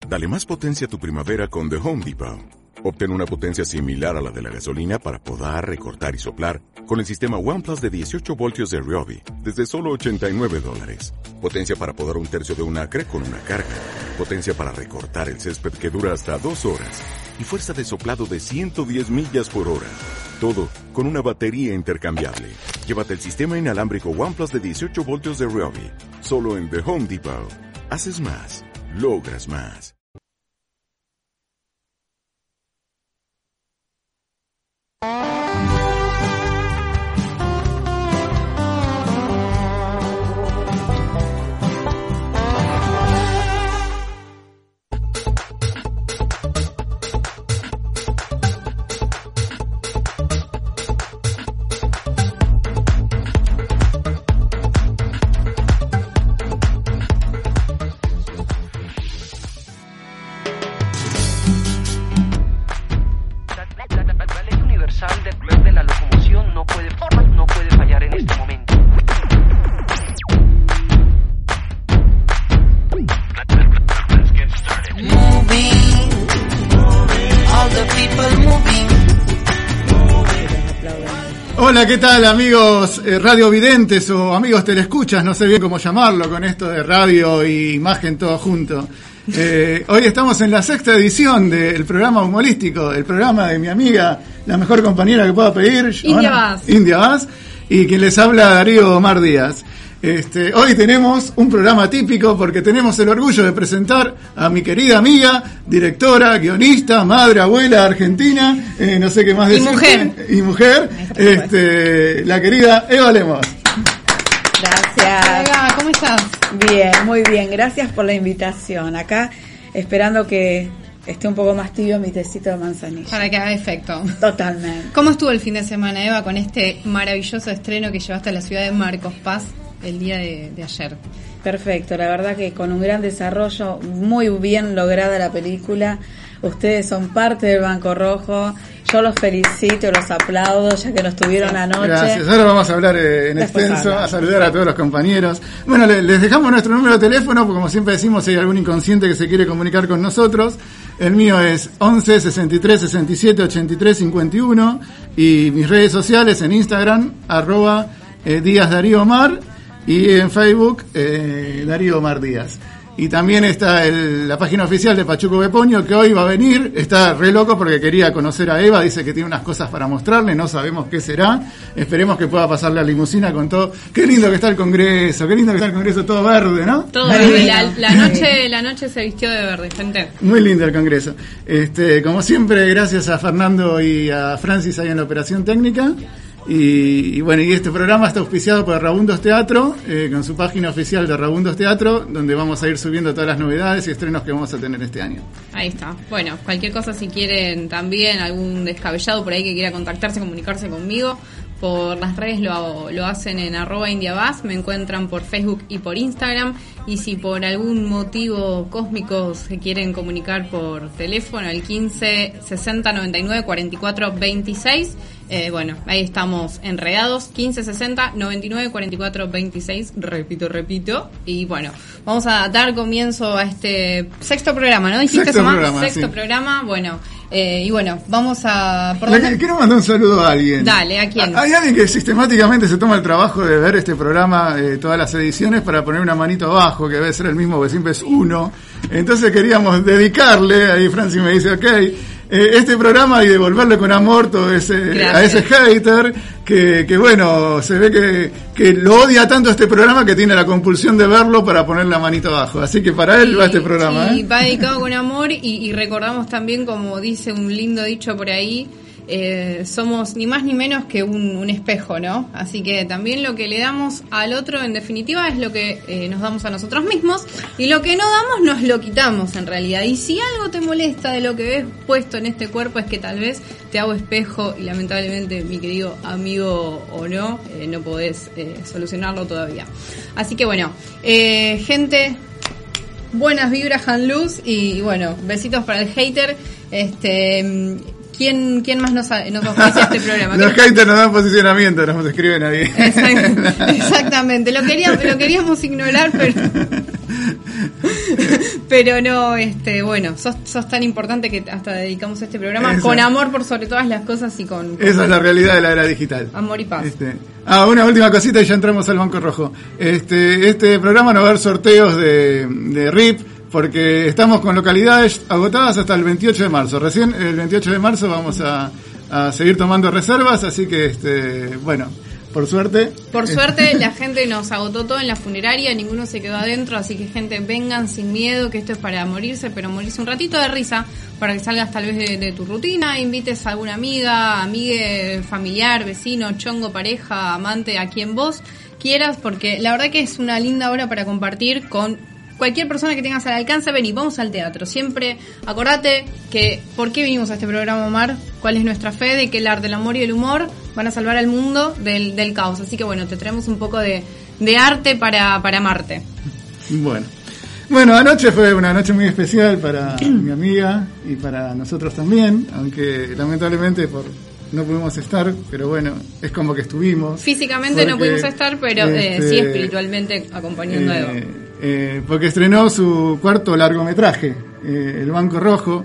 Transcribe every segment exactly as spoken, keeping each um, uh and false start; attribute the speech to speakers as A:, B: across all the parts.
A: Dale más potencia a tu primavera con The Home Depot. Obtén una potencia similar a la de la gasolina para podar, recortar y soplar con el sistema OnePlus de dieciocho voltios de Ryobi desde solo ochenta y nueve dólares. Potencia para podar un tercio de un acre con una carga. Potencia para recortar el césped que dura hasta dos horas. Y fuerza de soplado de ciento diez millas por hora. Todo con una batería intercambiable. Llévate el sistema inalámbrico OnePlus de dieciocho voltios de Ryobi. Solo en The Home Depot. Haces más. Logras más.
B: Hola, ¿qué tal amigos eh, radiovidentes o amigos telescuchas? No sé bien cómo llamarlo con esto de radio y imagen todo junto. Eh, hoy estamos en la sexta edición del programa humorístico, el programa de mi amiga, la mejor compañera que pueda pedir,
C: India Vaz.
B: India Vaz, y quien les habla, Darío Omar Díaz. Este, hoy tenemos un programa típico porque tenemos el orgullo de presentar a mi querida amiga, directora, guionista, madre, abuela, argentina, eh, no sé qué más decir.
C: Y mujer.
B: Y mujer, este, la querida Eva Lemos.
D: Gracias.
C: Eva, ¿cómo estás?
D: Bien, muy bien. Gracias por la invitación. Acá esperando que esté un poco más tibio mi tecito de manzanilla.
C: Para que haga efecto.
D: Totalmente.
C: ¿Cómo estuvo el fin de semana, Eva, con este maravilloso estreno que llevaste a la ciudad de Marcos Paz el día de, de ayer?
D: Perfecto, la verdad que con un gran desarrollo, muy bien lograda la película. Ustedes son parte del Banco Rojo. Yo los felicito, los aplaudo, ya que los tuvieron anoche.
B: Gracias. Ahora vamos a hablar eh, en
D: Después
B: extenso,
D: habla.
B: a saludar a todos los compañeros. Bueno, le, les dejamos nuestro número de teléfono, porque como siempre decimos, si hay algún inconsciente que se quiere comunicar con nosotros. El mío es once, sesenta y tres, sesenta y siete, ochenta y tres, cincuenta y uno. Y mis redes sociales en Instagram, arroba eh, Díaz Darío Omar. Y en Facebook, eh, Darío Omar Díaz. Y también está el, la página oficial de Pachuco Bepoño, que hoy va a venir. Está re loco porque quería conocer a Eva. Dice que tiene unas cosas para mostrarle. No sabemos qué será. Esperemos que pueda pasar la limusina con todo. Qué lindo que está el Congreso. Qué lindo que está el Congreso todo verde, ¿no?
C: Todo verde. La, la noche, la noche se vistió de verde, gente.
B: Muy lindo el Congreso. Este, como siempre, gracias a Fernando y a Francis ahí en la operación técnica. Y, y bueno, y este programa está auspiciado por Rabundos Teatro, eh, con su página oficial de Rabundos Teatro, donde vamos a ir subiendo todas las novedades y estrenos que vamos a tener este año.
C: Ahí está. Bueno, cualquier cosa, si quieren también, algún descabellado por ahí que quiera contactarse, comunicarse conmigo, por las redes lo, lo hacen en arroba indiavaz, me encuentran por Facebook y por Instagram. Y si por algún motivo cósmico se quieren comunicar por teléfono, el quince, sesenta, noventa y nueve, cuarenta y cuatro, veintiséis, eh, bueno, ahí estamos enredados, quince, sesenta, noventa y nueve, cuarenta y cuatro, veintiséis, repito, repito, y bueno, vamos a dar comienzo a este sexto programa, ¿no? ¿Dijiste
B: Sexto
C: eso más?
B: programa,
C: Sexto
B: sí.
C: programa, bueno, eh, y bueno, vamos a... ¿por
B: Le-
C: dónde?
B: Quiero mandar un saludo a alguien.
C: Dale, ¿a quién?
B: Hay alguien que sistemáticamente se toma el trabajo de ver este programa, eh, todas las ediciones, para poner una manito abajo, que debe ser el mismo, que siempre es uno. Entonces queríamos dedicarle, ahí Francis me dice, ok, eh, este programa y devolverle con amor todo ese, a ese hater, que, que bueno, se ve que, que lo odia tanto este programa que tiene la compulsión de verlo para poner la manito abajo. Así que para él
C: Sí,
B: va este programa.
C: sí,
B: ¿eh?
C: va dedicado con amor y, y recordamos también, como dice un lindo dicho por ahí, eh, somos ni más ni menos que un, un espejo, ¿no? Así que también lo que le damos al otro, en definitiva, es lo que eh, nos damos a nosotros mismos, y lo que no damos nos lo quitamos en realidad. Y si algo te molesta de lo que ves puesto en este cuerpo, es que tal vez te hago espejo y lamentablemente, mi querido amigo o no, eh, no podés eh, solucionarlo todavía. Así que bueno, eh, gente, buenas vibras, Hanluz, y bueno, besitos para el hater. Este, ¿quién, quién más nos, nos ofrece este programa?
B: Los haters nos dan posicionamiento, nos escriben ahí.
C: Exact- Exactamente, lo queríamos, lo queríamos ignorar, pero pero no, este, bueno, sos, sos tan importante que hasta dedicamos este programa
B: Esa.
C: con amor por sobre todas las cosas y con... con
B: Esa es la realidad de la era digital.
C: Amor y paz.
B: Este, ah, una última cosita y ya entramos al Banco Rojo. Este, este programa no va a haber sorteos de, de R I P porque estamos con localidades agotadas hasta el veintiocho de marzo. Recién el veintiocho de marzo vamos a, a seguir tomando reservas, así que, este, bueno, por suerte.
C: Por suerte la gente nos agotó todo en la funeraria, ninguno se quedó adentro, así que gente, vengan sin miedo, que esto es para morirse, pero morirse un ratito de risa, para que salgas tal vez de, de tu rutina, invites a alguna amiga, amigue, familiar, vecino, chongo, pareja, amante, a quien vos quieras, porque la verdad que es una linda hora para compartir con cualquier persona que tengas al alcance. Vení, vamos al teatro. Siempre acordate que ¿por qué vinimos a este programa, Omar? ¿Cuál es nuestra fe de que el arte, el amor y el humor van a salvar al mundo del, del caos? Así que bueno, te traemos un poco de, de arte para, para amarte.
B: Bueno. Bueno, anoche fue una noche muy especial para mi amiga y para nosotros también, aunque lamentablemente por no pudimos estar, pero bueno, es como que estuvimos.
C: Físicamente porque, no pudimos estar, pero este, eh, sí espiritualmente acompañando eh, a Edo.
B: Eh, porque estrenó su cuarto largometraje, eh, El Banco Rojo,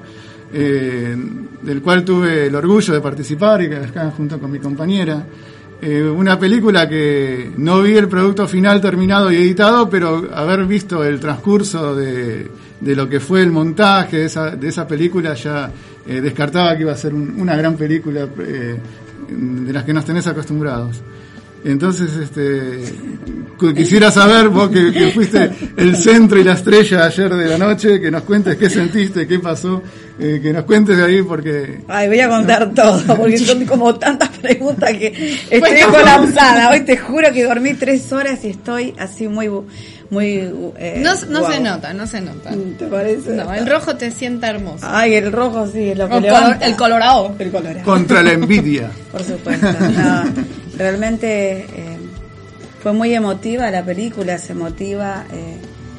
B: eh, del cual tuve el orgullo de participar y que acá junto con mi compañera. Eh, una película que no vi el producto final terminado y editado, pero haber visto el transcurso de, de lo que fue el montaje de esa, de esa película ya eh, descartaba que iba a ser un, una gran película eh, de las que nos tenés acostumbrados. Entonces, este, quisiera saber, vos que, que fuiste el centro y la estrella ayer de la noche, que nos cuentes qué sentiste, qué pasó, eh, que nos cuentes de ahí porque...
D: Ay, voy a contar no. todo, porque son como tantas preguntas que estoy colapsada. Hoy te juro que dormí tres horas y estoy así muy... muy eh,
C: no no
D: wow.
C: se nota, no se nota.
D: ¿Te parece?
C: No, el rojo te sienta hermoso.
D: Ay, el rojo sí, es lo que
C: el, color, el colorado.
D: El colorado.
B: Contra la envidia.
D: Por supuesto. No, realmente eh, fue muy emotiva la película, se emotiva. Eh,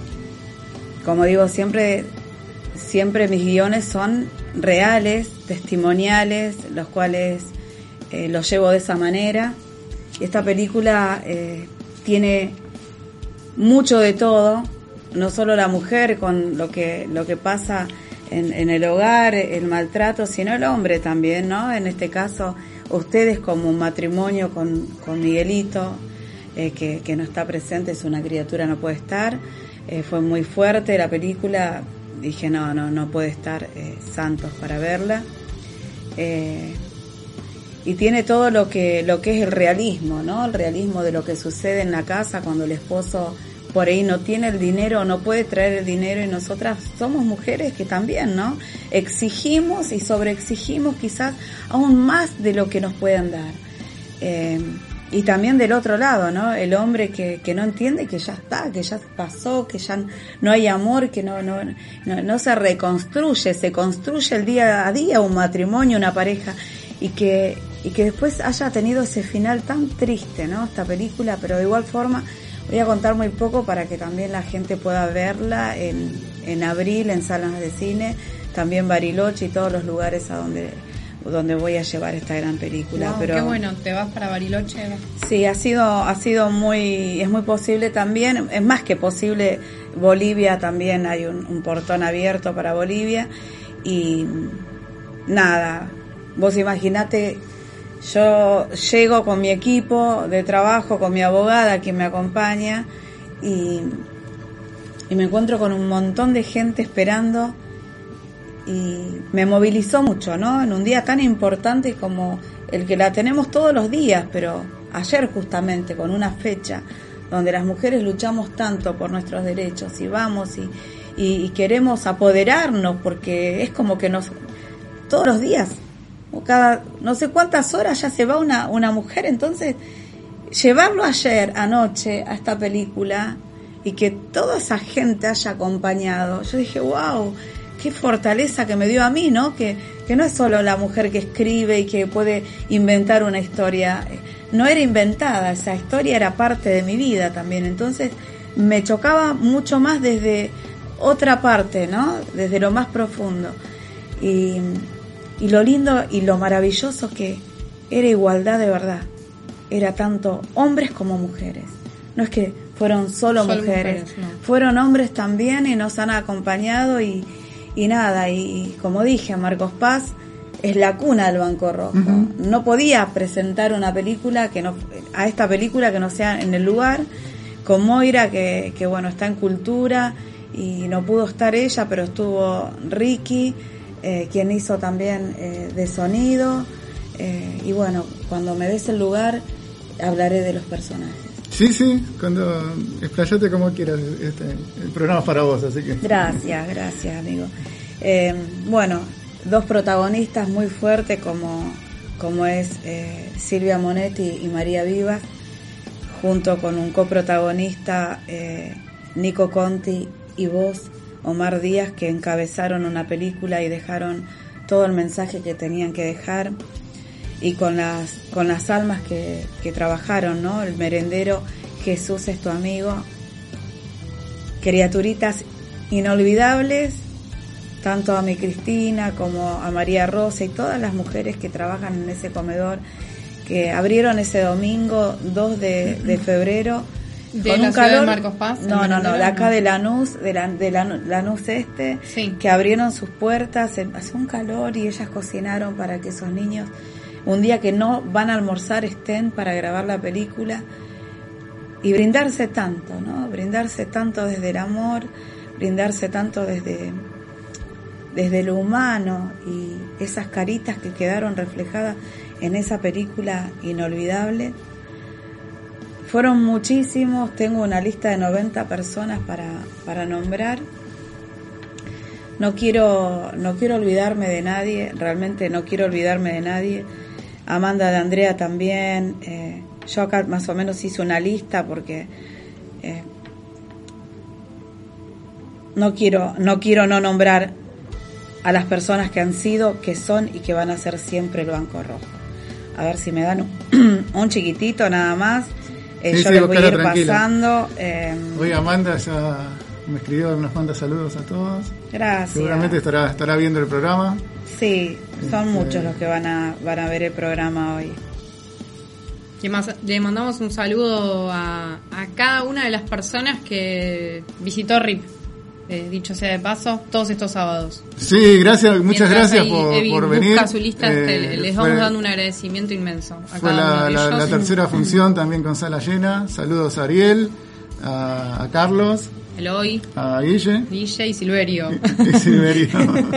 D: como digo, siempre, siempre mis guiones son reales, testimoniales, los cuales eh, los llevo de esa manera. Esta película eh, tiene mucho de todo, no solo la mujer con lo que lo que pasa en, en el hogar, el maltrato, sino el hombre también, ¿no? En este caso, ustedes como un matrimonio con, con Miguelito, eh, que, que no está presente, es una criatura, no puede estar. Eh, fue muy fuerte la película, dije no, no, no puede estar eh, Santos para verla. Eh, y tiene todo lo que lo que es el realismo, ¿no? El realismo de lo que sucede en la casa cuando el esposo por ahí no tiene el dinero o no puede traer el dinero, y nosotras somos mujeres que también, ¿no? Exigimos y sobreexigimos quizás aún más de lo que nos puedan dar. Eh, y también del otro lado, ¿no? El hombre que, que no entiende que ya está, que ya pasó, que ya no hay amor, que no, no, no, no se reconstruye, se construye el día a día un matrimonio, una pareja, y que y que después haya tenido ese final tan triste, ¿no? Esta película, pero de igual forma voy a contar muy poco para que también la gente pueda verla en, en abril en salas de cine, también Bariloche y todos los lugares a donde donde voy a llevar esta gran película.
C: Wow,
D: pero
C: qué bueno, te vas para Bariloche.
D: Sí, ha sido ha sido muy es muy posible también, es más que posible. Bolivia también hay un, un portón abierto para Bolivia y nada. Vos imaginate, yo llego con mi equipo de trabajo, con mi abogada que me acompaña, y, y me encuentro con un montón de gente esperando, y me movilizó mucho, ¿no? En un día tan importante como el que la tenemos todos los días, pero ayer justamente con una fecha donde las mujeres luchamos tanto por nuestros derechos y vamos y, y, y queremos apoderarnos, porque es como que nos todos los días, cada no sé cuántas horas ya se va una, una mujer. Entonces llevarlo ayer, anoche, a esta película, y que toda esa gente haya acompañado, yo dije, wow, qué fortaleza que me dio a mí, ¿no? Que, que no es solo la mujer que escribe y que puede inventar una historia, no era inventada, esa historia era parte de mi vida también. Entonces me chocaba mucho más desde otra parte, ¿no? Desde lo más profundo. Y Y lo lindo y lo maravilloso que era igualdad de verdad. Era tanto hombres como mujeres. No es que fueron solo, solo mujeres, mujeres no. Fueron hombres también y nos han acompañado y, y nada, y como dije, Marcos Paz es la cuna del Banco Rojo. Uh-huh. No podía presentar una película que no, a esta película que no sea en el lugar, con Moira, que, que bueno, está en cultura, y no pudo estar ella, pero estuvo Ricky, eh, quien hizo también eh, de sonido, eh, y bueno, cuando me des el lugar, hablaré de los personajes.
B: Sí, sí, cuando explayate como quieras, este, el programa es para vos, así que...
D: Gracias, gracias, amigo. Eh, bueno, dos protagonistas muy fuertes como, como es eh, Silvia Monetti y María Vivas, junto con un coprotagonista, eh, Nico Conti y vos, Omar Díaz, que encabezaron una película y dejaron todo el mensaje que tenían que dejar, y con las con las almas que, que trabajaron, ¿no? El merendero, Jesús es tu amigo, criaturitas inolvidables, tanto a mi Cristina como a María Rosa y todas las mujeres que trabajan en ese comedor, que abrieron ese domingo dos de, de febrero.
C: ¿De
D: con
C: la
D: un
C: ciudad
D: calor,
C: de Marcos Paz?
D: No, no, no, de acá de Lanús, de, la, de la, Lanús Este,
C: sí.
D: Que abrieron sus puertas, hace un calor y ellas cocinaron para que esos niños, un día que no van a almorzar, estén para grabar la película y brindarse tanto, ¿no? Brindarse tanto desde el amor, brindarse tanto desde, desde lo humano, y esas caritas que quedaron reflejadas en esa película inolvidable. Fueron muchísimos, tengo una lista de noventa personas para, para nombrar. No quiero, no quiero olvidarme de nadie, realmente no quiero olvidarme de nadie. Amanda de Andrea también, eh, yo acá más o menos hice una lista porque eh, no quiero, no quiero no nombrar a las personas que han sido, que son y que van a ser siempre el Banco Rojo. A ver si me dan un, un chiquitito nada más. Eh, sí, yo sí, les voy a ir tranquila. pasando. Eh,
B: Hoy Amanda ya me escribió, nos manda saludos a todos.
D: Gracias.
B: Seguramente estará estará viendo el programa.
D: Sí, son este... muchos los que van a van a ver el programa hoy.
C: Le, mas, le mandamos un saludo a, a cada una de las personas que visitó R I P, eh, dicho sea de paso, todos estos sábados.
B: Sí, gracias, muchas Mientras gracias ahí, por,
C: Evi
B: por
C: busca
B: venir.
C: Su lista, eh, les vamos fue, dando un agradecimiento inmenso. A
B: fue
C: cada
B: la, la, la tercera función también con sala llena. Saludos a Ariel, a, a Carlos,
C: Eloy,
B: a Guille,
C: Guille y Silverio.
B: Y, y Silverio.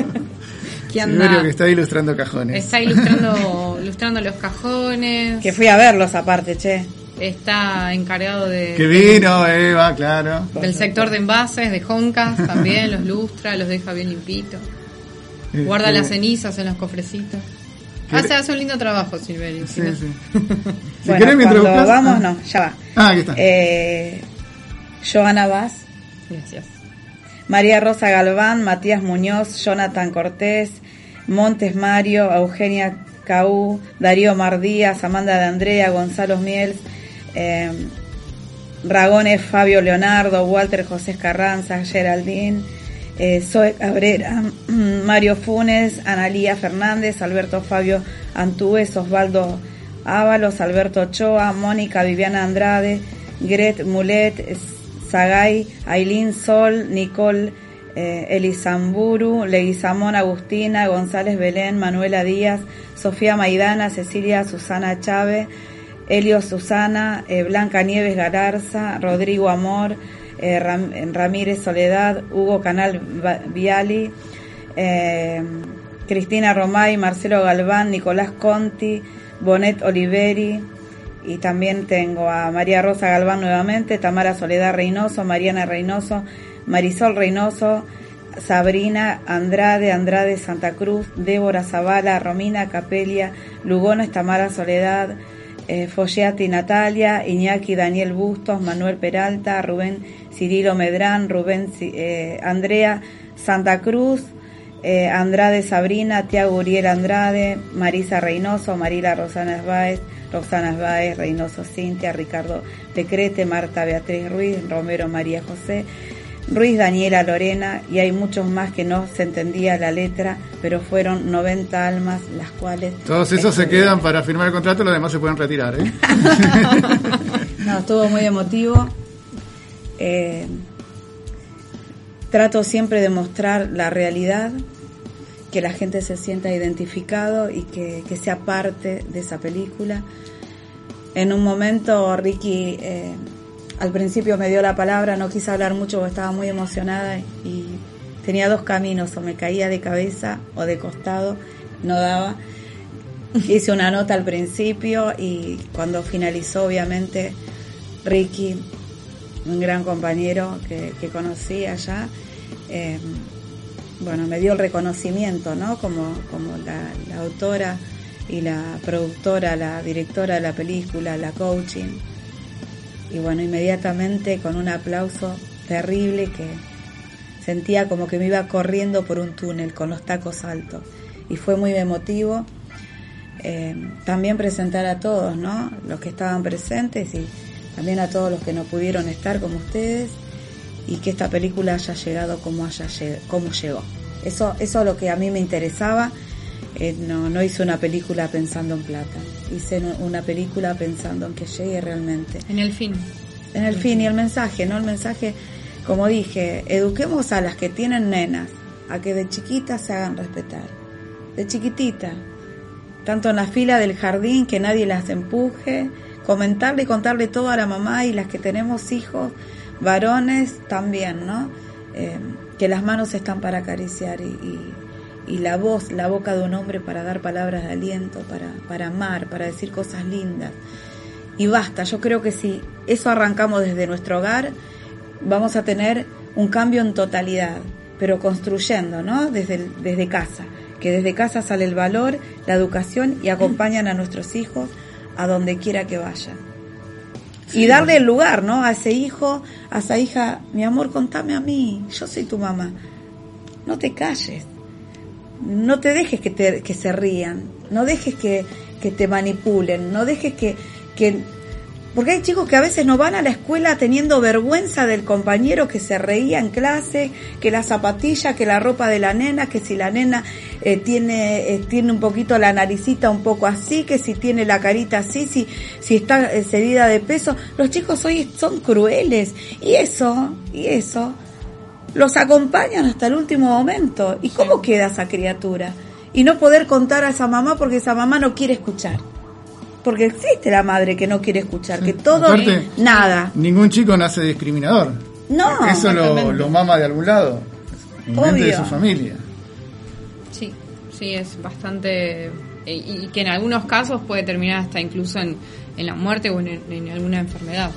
C: ¿Qué anda?
B: Silverio, que está ilustrando cajones.
C: Está ilustrando, ilustrando los cajones.
D: Que fui a verlos aparte, che.
C: Está encargado de...
B: Que vino, Eva, claro.
C: Del sector de envases, de Joncas, también los lustra, los deja bien limpitos. Este... Guarda las cenizas en los cofrecitos. Hace, hace un lindo trabajo, Silverio.
B: Sí,
C: ¿no?
B: sí. Si
D: bueno,
B: querés, mientras
D: cuando
B: buscas...
D: vamos,
B: ah.
D: no, ya va.
B: Ah, aquí está.
D: Eh, Johanna Vaz.
C: Gracias.
D: María Rosa Galván, Matías Muñoz, Jonathan Cortés, Montes Mario, Eugenia Caú, Darío Mardíaz, Amanda de Andrea, Gonzalo Miels, eh, Ragones, Fabio Leonardo, Walter José Carranza, Geraldine, eh, Zoe Cabrera, Mario Funes, Analía Fernández, Alberto Fabio Antúez, Osvaldo Ábalos, Alberto Ochoa, Mónica Viviana Andrade, Gret Mulet, Sagay, Ailín Sol, Nicole eh, Elizamburu, Leguizamón Agustina, González Belén, Manuela Díaz, Sofía Maidana, Cecilia Susana Chávez, Elio Susana, eh, Blanca Nieves Galarza, Rodrigo Amor, eh, Ram, Ramírez Soledad, Hugo Canal Viali, eh, Cristina Romay, Marcelo Galván, Nicolás Conti, Bonet Oliveri. Y también tengo a María Rosa Galván nuevamente, Tamara Soledad Reynoso, Mariana Reynoso, Marisol Reynoso, Sabrina Andrade, Andrade Santa Cruz, Débora Zavala, Romina Capelia, Lugones Tamara Soledad, eh, Fogliati Natalia, Iñaki Daniel Bustos, Manuel Peralta, Rubén Cirilo Medrán, Rubén eh, Andrea Santa Cruz, eh, Andrade Sabrina, Tiago Uriel Andrade, Marisa Reynoso, Marila Rosana Báez, Roxana Báez, Reynoso Cintia, Ricardo Decrete, Marta Beatriz Ruiz, Romero María José, Ruiz Daniela Lorena, y hay muchos más que no se entendía la letra, pero fueron noventa almas las cuales...
B: Todos esos se quedan para firmar el contrato, los demás se pueden retirar, ¿eh?
D: No, estuvo muy emotivo. Eh, trato siempre de mostrar la realidad, que la gente se sienta identificado y que, que sea parte de esa película. En un momento Ricky eh, al principio me dio la palabra, no quise hablar mucho porque estaba muy emocionada y tenía dos caminos, o me caía de cabeza o de costado, no daba. Hice una nota al principio y cuando finalizó, obviamente, Ricky, un gran compañero que, que conocí allá, eh, bueno, me dio el reconocimiento, ¿no? Como, como la, la autora y la productora, la directora de la película, la coaching. Y bueno, inmediatamente con un aplauso terrible que sentía como que me iba corriendo por un túnel con los tacos altos. Y fue muy emotivo. Eh, también presentar a todos, ¿no? Los que estaban presentes y también a todos los que no pudieron estar como ustedes, y que esta película haya llegado como haya lleg- como llegó. Eso, eso es lo que a mí me interesaba. Eh, no, no hice una película pensando en plata, hice una película pensando en que llegue realmente.
C: En el fin.
D: En el fin y el mensaje, ¿no? El mensaje, como dije, eduquemos a las que tienen nenas, a que de chiquitas se hagan respetar. De chiquitita. Tanto en la fila del jardín, que nadie las empuje, comentarle y contarle todo a la mamá, y las que tenemos hijos varones también, ¿no? Eh, que las manos están para acariciar y, y, y la voz, la boca de un hombre para dar palabras de aliento, para, para amar, para decir cosas lindas. Y basta, yo creo que si eso arrancamos desde nuestro hogar, vamos a tener un cambio en totalidad, pero construyendo, ¿no? Desde, desde casa. Que desde casa sale el valor, la educación, y acompañan a nuestros hijos a donde quiera que vayan. Sí, y darle el lugar, ¿no? A ese hijo, a esa hija, mi amor, contame a mí, yo soy tu mamá. No te calles, no te dejes que, te, que se rían, no dejes que, que te manipulen, no dejes que, que... Porque hay chicos que a veces no van a la escuela teniendo vergüenza del compañero que se reía en clase, que la zapatilla, que la ropa de la nena, que si la nena eh, tiene eh, tiene un poquito la naricita un poco así, que si tiene la carita así, si si está eh, cedida de peso. Los chicos hoy son crueles y eso, y eso los acompañan hasta el último momento. ¿Y cómo queda esa criatura? Y no poder contar a esa mamá porque esa mamá no quiere escuchar. Porque existe la madre que no quiere escuchar, que todo,
B: aparte,
D: nada.
B: Ningún chico nace discriminador.
D: No.
B: Eso lo, lo mama de algún lado, en mente de su familia.
C: Sí, sí, es bastante... Y, y que en algunos casos puede terminar hasta incluso en, en la muerte o en, en alguna enfermedad.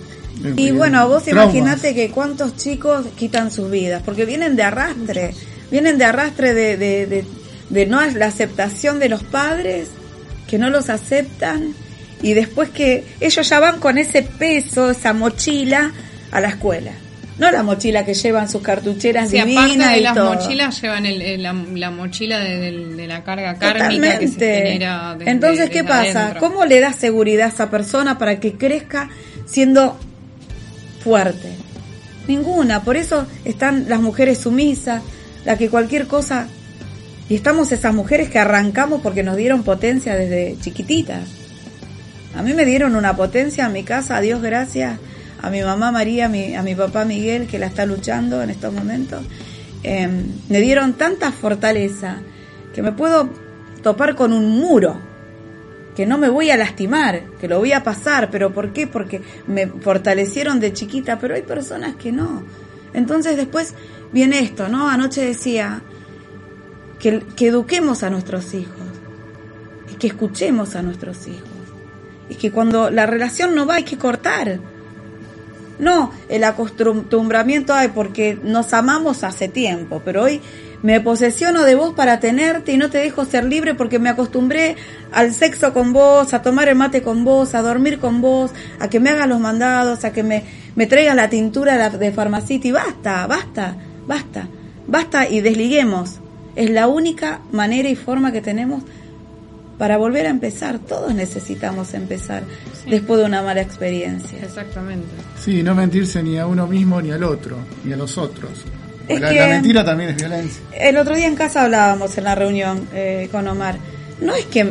D: Y bueno, vos imaginate que cuántos chicos quitan sus vidas, porque vienen de arrastre, vienen de arrastre de, de, de, de no la aceptación de los padres, que no los aceptan, y después que ellos ya van con ese peso, esa mochila a la escuela. No la mochila que llevan sus cartucheras
C: sí,
D: divinas
C: aparte de
D: y
C: las
D: todo.
C: mochilas llevan el, el, la, la mochila de, de, de la carga
D: Totalmente.
C: kármica que se genera desde,
D: Entonces, ¿qué
C: desde
D: pasa?
C: adentro.
D: ¿Cómo le das seguridad a esa persona para que crezca siendo fuerte? Ninguna. Por eso están las mujeres sumisas, las que cualquier cosa... Y estamos esas mujeres que arrancamos porque nos dieron potencia desde chiquititas. A mí me dieron una potencia en mi casa, a Dios gracias, a mi mamá María, a mi, a mi papá Miguel, que la está luchando en estos momentos. Eh, me dieron tanta fortaleza que me puedo topar con un muro, que no me voy a lastimar, que lo voy a pasar. ¿Pero por qué? Porque me fortalecieron de chiquita, pero hay personas que no. Entonces después viene esto, ¿no? Anoche decía... Que, que eduquemos a nuestros hijos, y que escuchemos a nuestros hijos, y que cuando la relación no va hay que cortar. No el acostumbramiento, ay, porque nos amamos hace tiempo, pero hoy me posesiono de vos para tenerte y no te dejo ser libre porque me acostumbré al sexo con vos, a tomar el mate con vos, a dormir con vos, a que me hagas los mandados, a que me, me traigas la tintura de Pharmacity. Basta, basta, basta, basta y desliguemos. Es la única manera y forma que tenemos para volver a empezar. Todos necesitamos empezar sí. después de una mala experiencia.
C: Exactamente.
B: Sí, no mentirse ni a uno mismo ni al otro, ni a los otros.
D: Es
B: la,
D: que
B: la mentira también es violencia.
D: El otro día en casa hablábamos en la reunión eh, con Omar. No es que te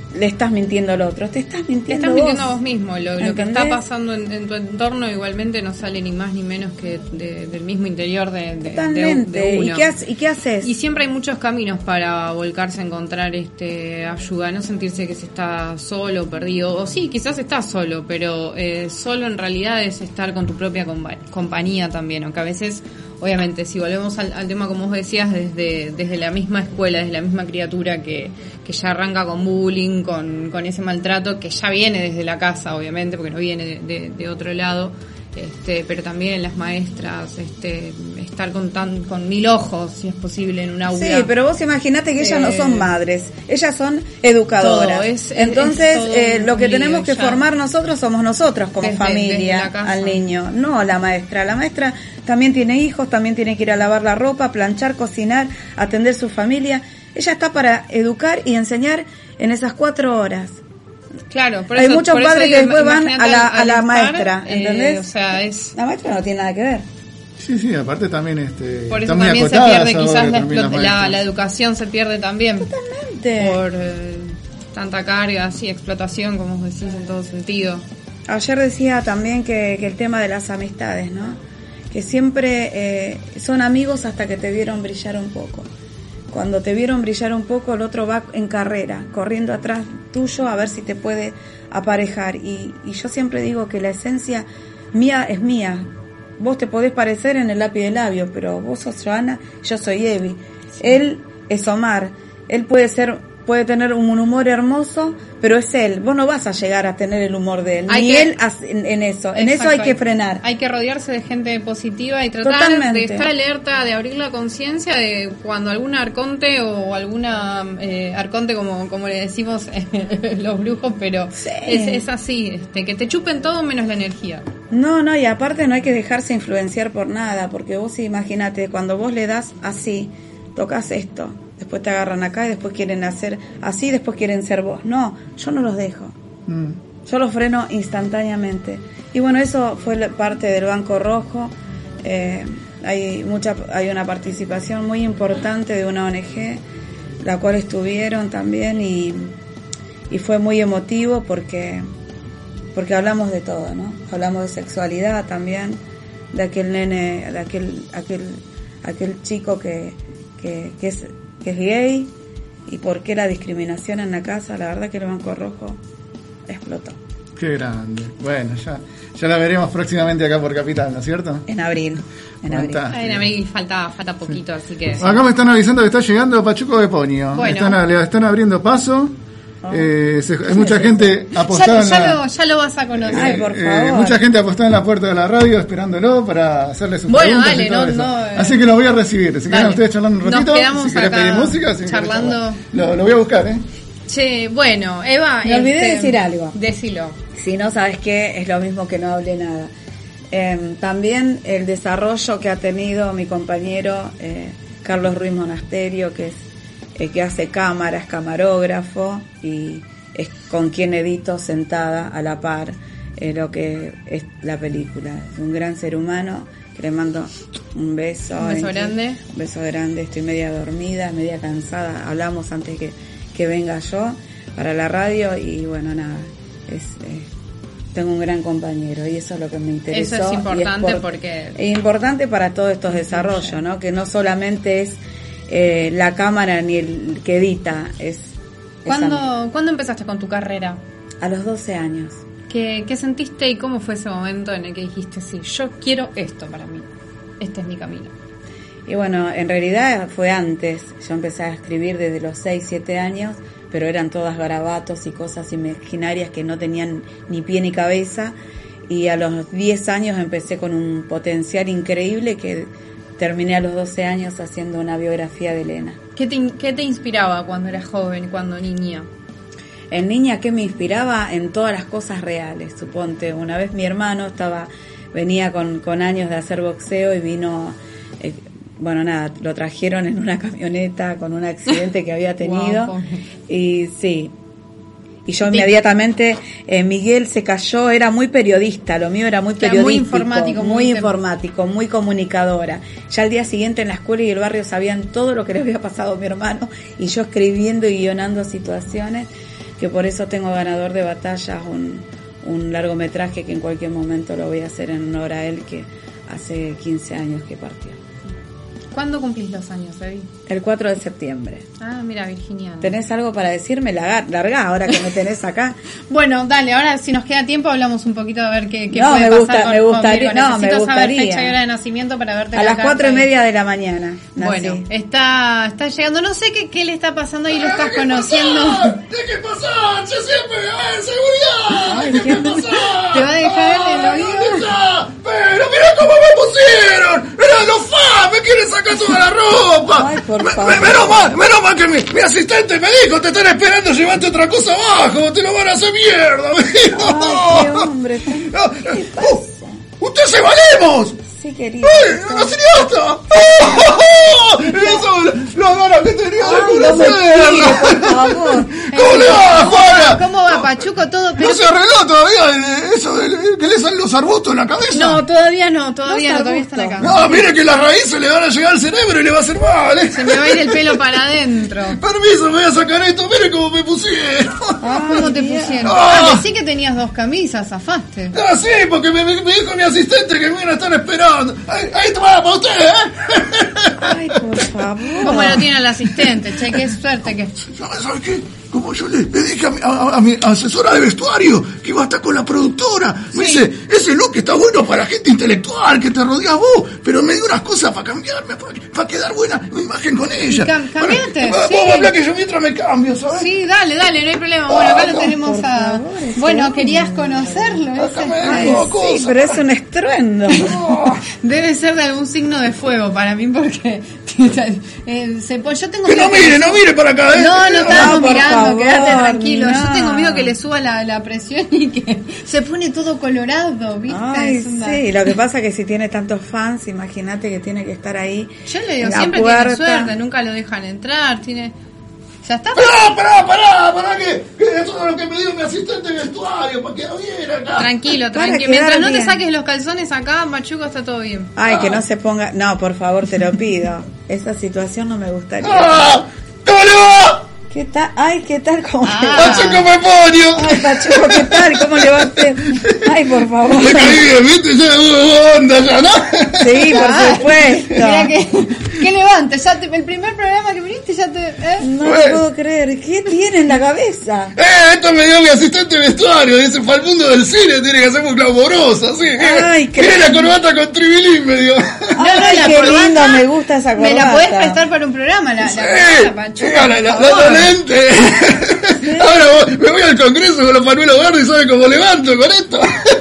D: le estás mintiendo al otro, te estás mintiendo,
C: te estás mintiendo a vos mismo. Lo, lo que está pasando en, en tu entorno igualmente no sale ni más ni menos que de, del mismo interior de, de,
D: Totalmente.
C: de, de uno.
D: ¿Y qué, hace, ¿Y qué haces?
C: Y siempre hay muchos caminos para volcarse a encontrar este ayuda, no sentirse que se está solo, perdido, o sí, quizás estás solo, pero eh, solo en realidad es estar con tu propia compa- compañía también, aunque a veces, obviamente, si volvemos al, al tema, como vos decías, desde, desde la misma escuela, desde la misma criatura que, que ya arranca con bullying, con, con ese maltrato, que ya viene desde la casa, obviamente, porque no viene de, de, de otro lado, este, pero también en las maestras, este, estar con tan, con mil ojos, si es posible, en un aula.
D: Sí, pero vos imaginate que ellas eh, no son madres, ellas son educadoras.
C: Es,
D: Entonces,
C: es
D: eh, lo que tenemos que
C: ya.
D: formar nosotros somos nosotros como
C: desde,
D: familia
C: desde
D: al niño, no la maestra. La maestra también tiene hijos, también tiene que ir a lavar la ropa, planchar, cocinar, atender su familia. Ella está para educar y enseñar en esas cuatro horas.
C: Claro, por
D: hay
C: eso,
D: muchos
C: por
D: padres
C: eso
D: que
C: digo,
D: después van a la,
C: al,
D: a la
C: al
D: maestra,
C: estar,
D: ¿entendés?
C: Eh, o sea, es...
D: La maestra no tiene nada que ver.
B: Sí, sí, aparte también este,
C: por eso también se pierde quizás la, explot- la, la educación se pierde también.
D: Totalmente.
C: Por eh, tanta carga, sí, explotación, como decís, en todo sentido.
D: Ayer decía también que, que el tema de las amistades, ¿no? Que siempre eh, son amigos hasta que te vieron brillar un poco. Cuando te vieron brillar un poco, el otro va en carrera, corriendo atrás tuyo a ver si te puede aparejar. Y, y yo siempre digo que la esencia mía es mía. Vos te podés parecer en el lápiz de labio, pero vos sos Joana, yo soy Evi. Sí. Él es Omar. Él puede ser, puede tener un humor hermoso, pero es él. Vos no vas a llegar a tener el humor de él, hay ni que, él en, en eso. En exacto, eso hay que frenar.
C: Hay que rodearse de gente positiva y tratar Totalmente. de estar alerta, de abrir la conciencia de cuando algún arconte o alguna eh, arconte, como como le decimos los brujos, pero sí. es, es así, este, que te chupen todo menos la energía.
D: No, no, y aparte no hay que dejarse influenciar por nada, porque vos imagínate, cuando vos le das así, tocas esto, después te agarran acá y después quieren hacer así, después quieren ser vos. No, yo no los dejo. Mm. Yo los freno instantáneamente. Y bueno, eso fue parte del Banco Rojo. Eh, hay mucha, hay una participación muy importante de una O N G, la cual estuvieron también y, y fue muy emotivo porque... porque hablamos de todo, ¿no? Hablamos de sexualidad también, de aquel nene, de aquel aquel aquel chico que que, que es que es gay y por qué la discriminación en la casa. La verdad que el Banco Rojo explotó.
B: Qué grande. Bueno, ya ya la veremos próximamente acá por Capital, ¿no es cierto?
D: En abril. En abril.
C: En abril falta falta poquito, sí. Así que
B: acá me están avisando que está llegando Pachuco de Ponio.
C: Bueno.
B: Están, le están abriendo paso. Eh, se, hay mucha gente apostada
C: ya, ya,
B: en la,
C: lo, ya lo vas a conocer.
D: Ay, por favor.
B: Eh, mucha gente apostada en la puerta de la radio esperándolo para hacerle sus
C: bueno,
B: preguntas
C: dale,
B: y todo
C: no,
B: eso.
C: no, eh.
B: Así que lo voy a recibir. Si quedan ustedes charlando un ratito,
C: nos quedamos
B: si quieren
C: acá
B: pedir música, si
C: charlando.
B: Lo, lo voy a buscar, ¿eh?
C: Che, bueno, Eva,
D: me olvidé
C: este,
D: de decir algo.
C: Decilo.
D: Si no, ¿sabes qué? Es lo mismo que no hablé nada. Eh, también el desarrollo que ha tenido mi compañero eh, Carlos Ruiz Monasterio, que es eh, que hace cámaras, camarógrafo, y es con quien edito sentada a la par eh, lo que es la película. Es un gran ser humano, que le mando un beso.
C: Un beso grande.
D: Un beso grande, estoy media dormida, media cansada. Hablamos antes que, que venga yo para la radio y bueno, nada, es... Eh, tengo un gran compañero y eso es lo que me interesó.
C: Eso es importante
D: es por,
C: porque...
D: Es importante para todos estos desarrollos, ¿no? Que no solamente es eh, la cámara ni el que edita, es...
C: ¿Cuándo, ¿Cuándo empezaste con tu carrera?
D: A los doce años.
C: ¿Qué, ¿Qué sentiste y cómo fue ese momento en el que dijiste, sí, yo quiero esto para mí, este es mi camino?
D: Y bueno, en realidad fue antes. Yo empecé a escribir desde los seis, siete años, pero eran todas garabatos y cosas imaginarias que no tenían ni pie ni cabeza. Y a los diez años empecé con un potencial increíble que terminé a los doce años haciendo una biografía de Elena.
C: ¿Qué te, qué te inspiraba cuando eras joven, cuando niña?
D: En niña, ¿qué me inspiraba? En todas las cosas reales. Suponte, una vez mi hermano estaba venía con, con años de hacer boxeo y vino... Eh, bueno, nada, lo trajeron en una camioneta con un accidente que había tenido. Wow. Y sí, y yo inmediatamente, eh, Miguel se cayó, era muy periodista, lo mío era muy periodístico,
C: muy informático,
D: muy,
C: muy
D: informático, muy comunicadora. Ya al día siguiente en la escuela y el barrio sabían todo lo que le había pasado a mi hermano y yo escribiendo y guionando situaciones. que por eso tengo ganador de batallas, un, un largometraje que en cualquier momento lo voy a hacer en honor a él, que hace quince años que partió.
C: ¿Cuándo cumplís los años, Evi?
D: El cuatro de septiembre.
C: Ah, mira, Virginia.
D: ¿Tenés algo para decirme? Larga, larga ahora que me tenés acá.
C: Bueno, dale, ahora si nos queda tiempo hablamos un poquito a ver qué, qué
D: no,
C: puede
D: me
C: pasar
D: gusta,
C: con,
D: me gustaría,
C: conmigo.
D: no, me
C: Necesito
D: gustaría.
C: saber fecha y hora de nacimiento para verte
D: a
C: la
D: las cuatro y media de la mañana. Nací.
C: Bueno, está, está llegando, no sé qué, qué le está pasando y lo estás conociendo.
B: ¡Deje pasar! ¡Yo siempre! ¡Eh, seguridad!
D: Ay,
B: ¡Deje
D: qué-
B: pasar!
C: ¿Te va a dejar el oído?
B: ¿Dónde está? ¡Pero mira cómo me pusieron! ¡Mira los fans! ¡Me quieren sacar toda la ropa!
D: Ay, por
B: Me-
D: favor.
B: me- Menos mal, menos mal que mi, mi asistente me dijo, te están esperando, llevate otra cosa abajo, te lo van a hacer mierda, me dijo.
D: Ay, qué hombre. ¿Qué
B: No,
D: le
B: uh,
D: pasa?
B: ¡Usted se valemos!
D: Sí, querido.
B: ¡Ay, una cineasta! Eso, la gana que tenía de
D: Ay, no me
B: conocerla.
D: tire, por favor.
B: ¿Cómo le va, Juana?
C: ¿Cómo va, Pachuco? Todo, pero-
B: ¿No se arregló todavía el- eso del que le salen los arbustos en la cabeza?
C: No, todavía no, todavía
D: No
C: no, todavía
D: está
C: están acá.
B: No, mire que las raíces le van a llegar al cerebro y le va a hacer mal, ¿eh?
C: Se me va a ir el pelo para adentro.
B: Permiso, me voy a sacar esto, mire cómo me pusieron.
C: ¿Cómo te
D: Dios.
C: pusieron?
B: Ah.
C: Ah, decí que tenías dos camisas, zafaste.
B: Ah, sí, porque me, me- me dijo mi asistente que me iban a estar esperando. Ahí, ahí te va para usted, ¿eh?
D: Ay, por favor.
C: ¿Cómo lo tiene el asistente? Che, qué suerte que...
B: ¿Sabes ¿sabe qué? Como yo le, le dije a mi, a, a mi asesora de vestuario que iba a estar con la productora. Me
C: Sí.
B: dice, ese look está bueno para gente intelectual, que te rodeas vos, pero me dio unas cosas para cambiarme, para, para quedar buena mi imagen con ella.
C: Cam- cambiate,
B: Bueno,
C: sí.
B: vos hablar que yo mientras me cambio, ¿sabes?
C: Sí, dale, dale, no hay problema. Bueno, acá lo tenemos
D: por
C: a...
D: favor, ese
C: Bueno,
D: hombre.
C: querías conocerlo.
B: Acá
C: ese?
B: me
D: Ay,
B: dijo
D: sí,
B: cosas.
D: pero es un estruendo.
C: Debe ser de algún signo de fuego para mí porque... eh, se, pues yo tengo
B: Que no
C: miedo
B: mire, no mire para acá, ¿eh?
C: No, no estábamos
D: No, por
C: mirando,
D: favor,
C: quédate tranquilo. Yo
D: no.
C: tengo miedo que le suba la, la presión y que se pone todo colorado, ¿viste?
D: Ay,
C: Es una-
D: sí, lo que pasa es que si tiene tantos fans, imagínate que tiene que estar ahí.
C: Yo le digo,
D: en la
C: siempre
D: puerta.
C: tiene suerte, nunca lo dejan entrar, tiene... ¿Ya está?
B: Pará, pará, pará, pará, que, que eso es lo que me dio mi asistente de vestuario, para quedar bien acá.
C: Tranquilo,
D: Para
C: tranquilo.
D: quedar
C: Mientras no te
D: bien.
C: saques los calzones acá, Machuco, está todo bien.
D: Ay, que no se ponga. No, por favor, te lo pido. Esa situación no me gustaría.
B: ¡Ah! ¿Cómo le va?
D: ¿Qué tal? Ay, ¿qué tal? ¿Cómo le
C: Ah.
D: va?
B: ¡Pacheco Meponio!
D: Ay, Pachuco, ¿qué tal? ¿Cómo le va a usted? Ay, por favor.
B: Le caí bien, ¿viste? Ya hubo onda ya, ¿no?
D: Sí, por
C: Ah,
D: supuesto.
C: Mira que, que levante, ya te, el primer programa que viniste ya te... ¿eh?
D: No
B: Bueno.
D: lo puedo creer. ¿Qué tiene en la cabeza?
B: Eh, esto me dio mi asistente de vestuario, dice, para el mundo del cine tiene que ser muy glamorosa, así.
D: Ay, qué-
B: Mire la corbata con tribilín, me dio.
D: Ay,
C: la
D: qué
C: corbata
D: lindo, me gusta esa
C: Me
D: corbata.
C: la podés prestar para un programa, la, la
B: Eh,
C: corbata, Pachuco,
B: la, la,
C: por
B: la,
C: favor.
B: la lente. Ahora voy- me voy al congreso con los panuelos verdes y ¿sabe cómo levanto con esto?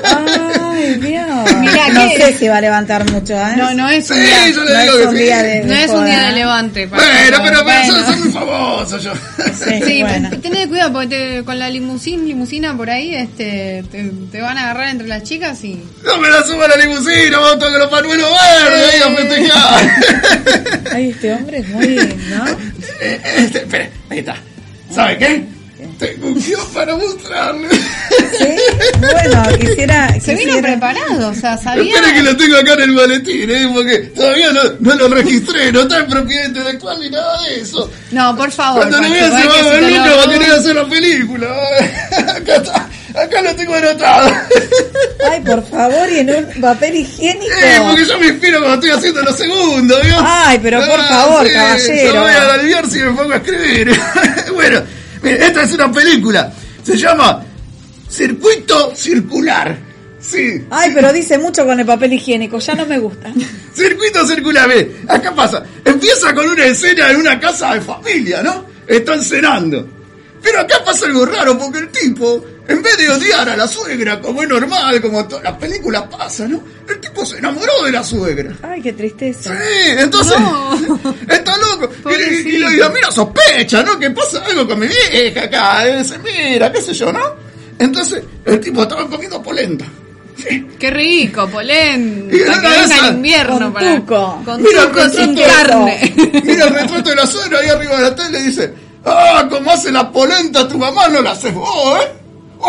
D: Ay, Dios.
C: Mirá,
D: no
C: ¿qué?
D: sé si va a levantar mucho, ¿eh?
C: No, no es un
B: Sí,
C: día,
B: yo le
D: no
B: digo
D: es
B: que
D: un
B: sí.
D: día de,
C: no es un día de levante. Pachuco.
B: Bueno, pero, pero
C: Bueno.
B: soy, soy muy famoso yo.
D: Sí,
C: Sí,
D: bueno.
C: pero tened cuidado porque te- con la limusina, limusina por ahí, este, te, te van a agarrar entre las chicas y...
B: No me la suba a la limusina, vamos todos con los panuelos verdes ahí a festejar.
D: Ay, este hombre es muy, ¿no?
B: Eh, Este, espere, ahí está. ¿Sabe qué? Tengo un guión para mostrarle.
D: Sí, bueno, quisiera...
C: Se vino
D: quisiera-
C: preparado, o sea, sabía...
B: Espere que lo tengo acá en el maletín, ¿eh? Porque todavía no, no lo registré, no está en propiedad intelectual ni nada de eso.
C: No, por favor.
B: Cuando lo vea
C: Pachuco,
B: se
C: es
B: va
C: que
B: a
C: si
B: ver
C: te lo
B: nunca va a
C: robo-
B: querer hacer la película. Acá está, acá lo tengo anotado.
D: Ay, por favor, y en un papel higiénico.
B: Eh, porque yo me inspiro cuando estoy haciendo los segundos, ¿vio?
D: Ay, pero por
B: Ah,
D: favor,
B: sí,
D: caballero.
B: Yo voy a aliviar si me pongo a escribir. Bueno, mire, esta es una película. Se llama Circuito Circular. Sí.
D: Ay, pero dice mucho con el papel higiénico, ya no me gusta.
B: Circuito Circular, ve, acá pasa. Empieza con una escena en una casa de familia, ¿no? Están cenando. Pero acá pasa algo raro, porque el tipo, en vez de odiar a la suegra, como es normal, como todas las películas pasan, ¿no? El tipo se enamoró de la suegra.
D: Ay, qué tristeza.
B: Sí, entonces,
C: No.
B: está loco. Y, y, y,
C: Pobrecito.
B: y la mira sospecha, ¿no? Que pasa algo con mi vieja acá. eh, Se mira, qué sé yo, ¿no? Entonces, el tipo estaba comiendo polenta. Sí.
C: Qué rico, polenta,
B: Y
C: que
B: una de
C: venga
B: esas,
C: el invierno
D: con
C: para...
D: tuco.
C: Con
B: Mira el
C: tuco sin
B: retrato.
C: carne.
B: Mira el retrato de la suegra ahí arriba de la tele y dice, ah, como hace la polenta tu mamá, no la haces vos, ¿eh?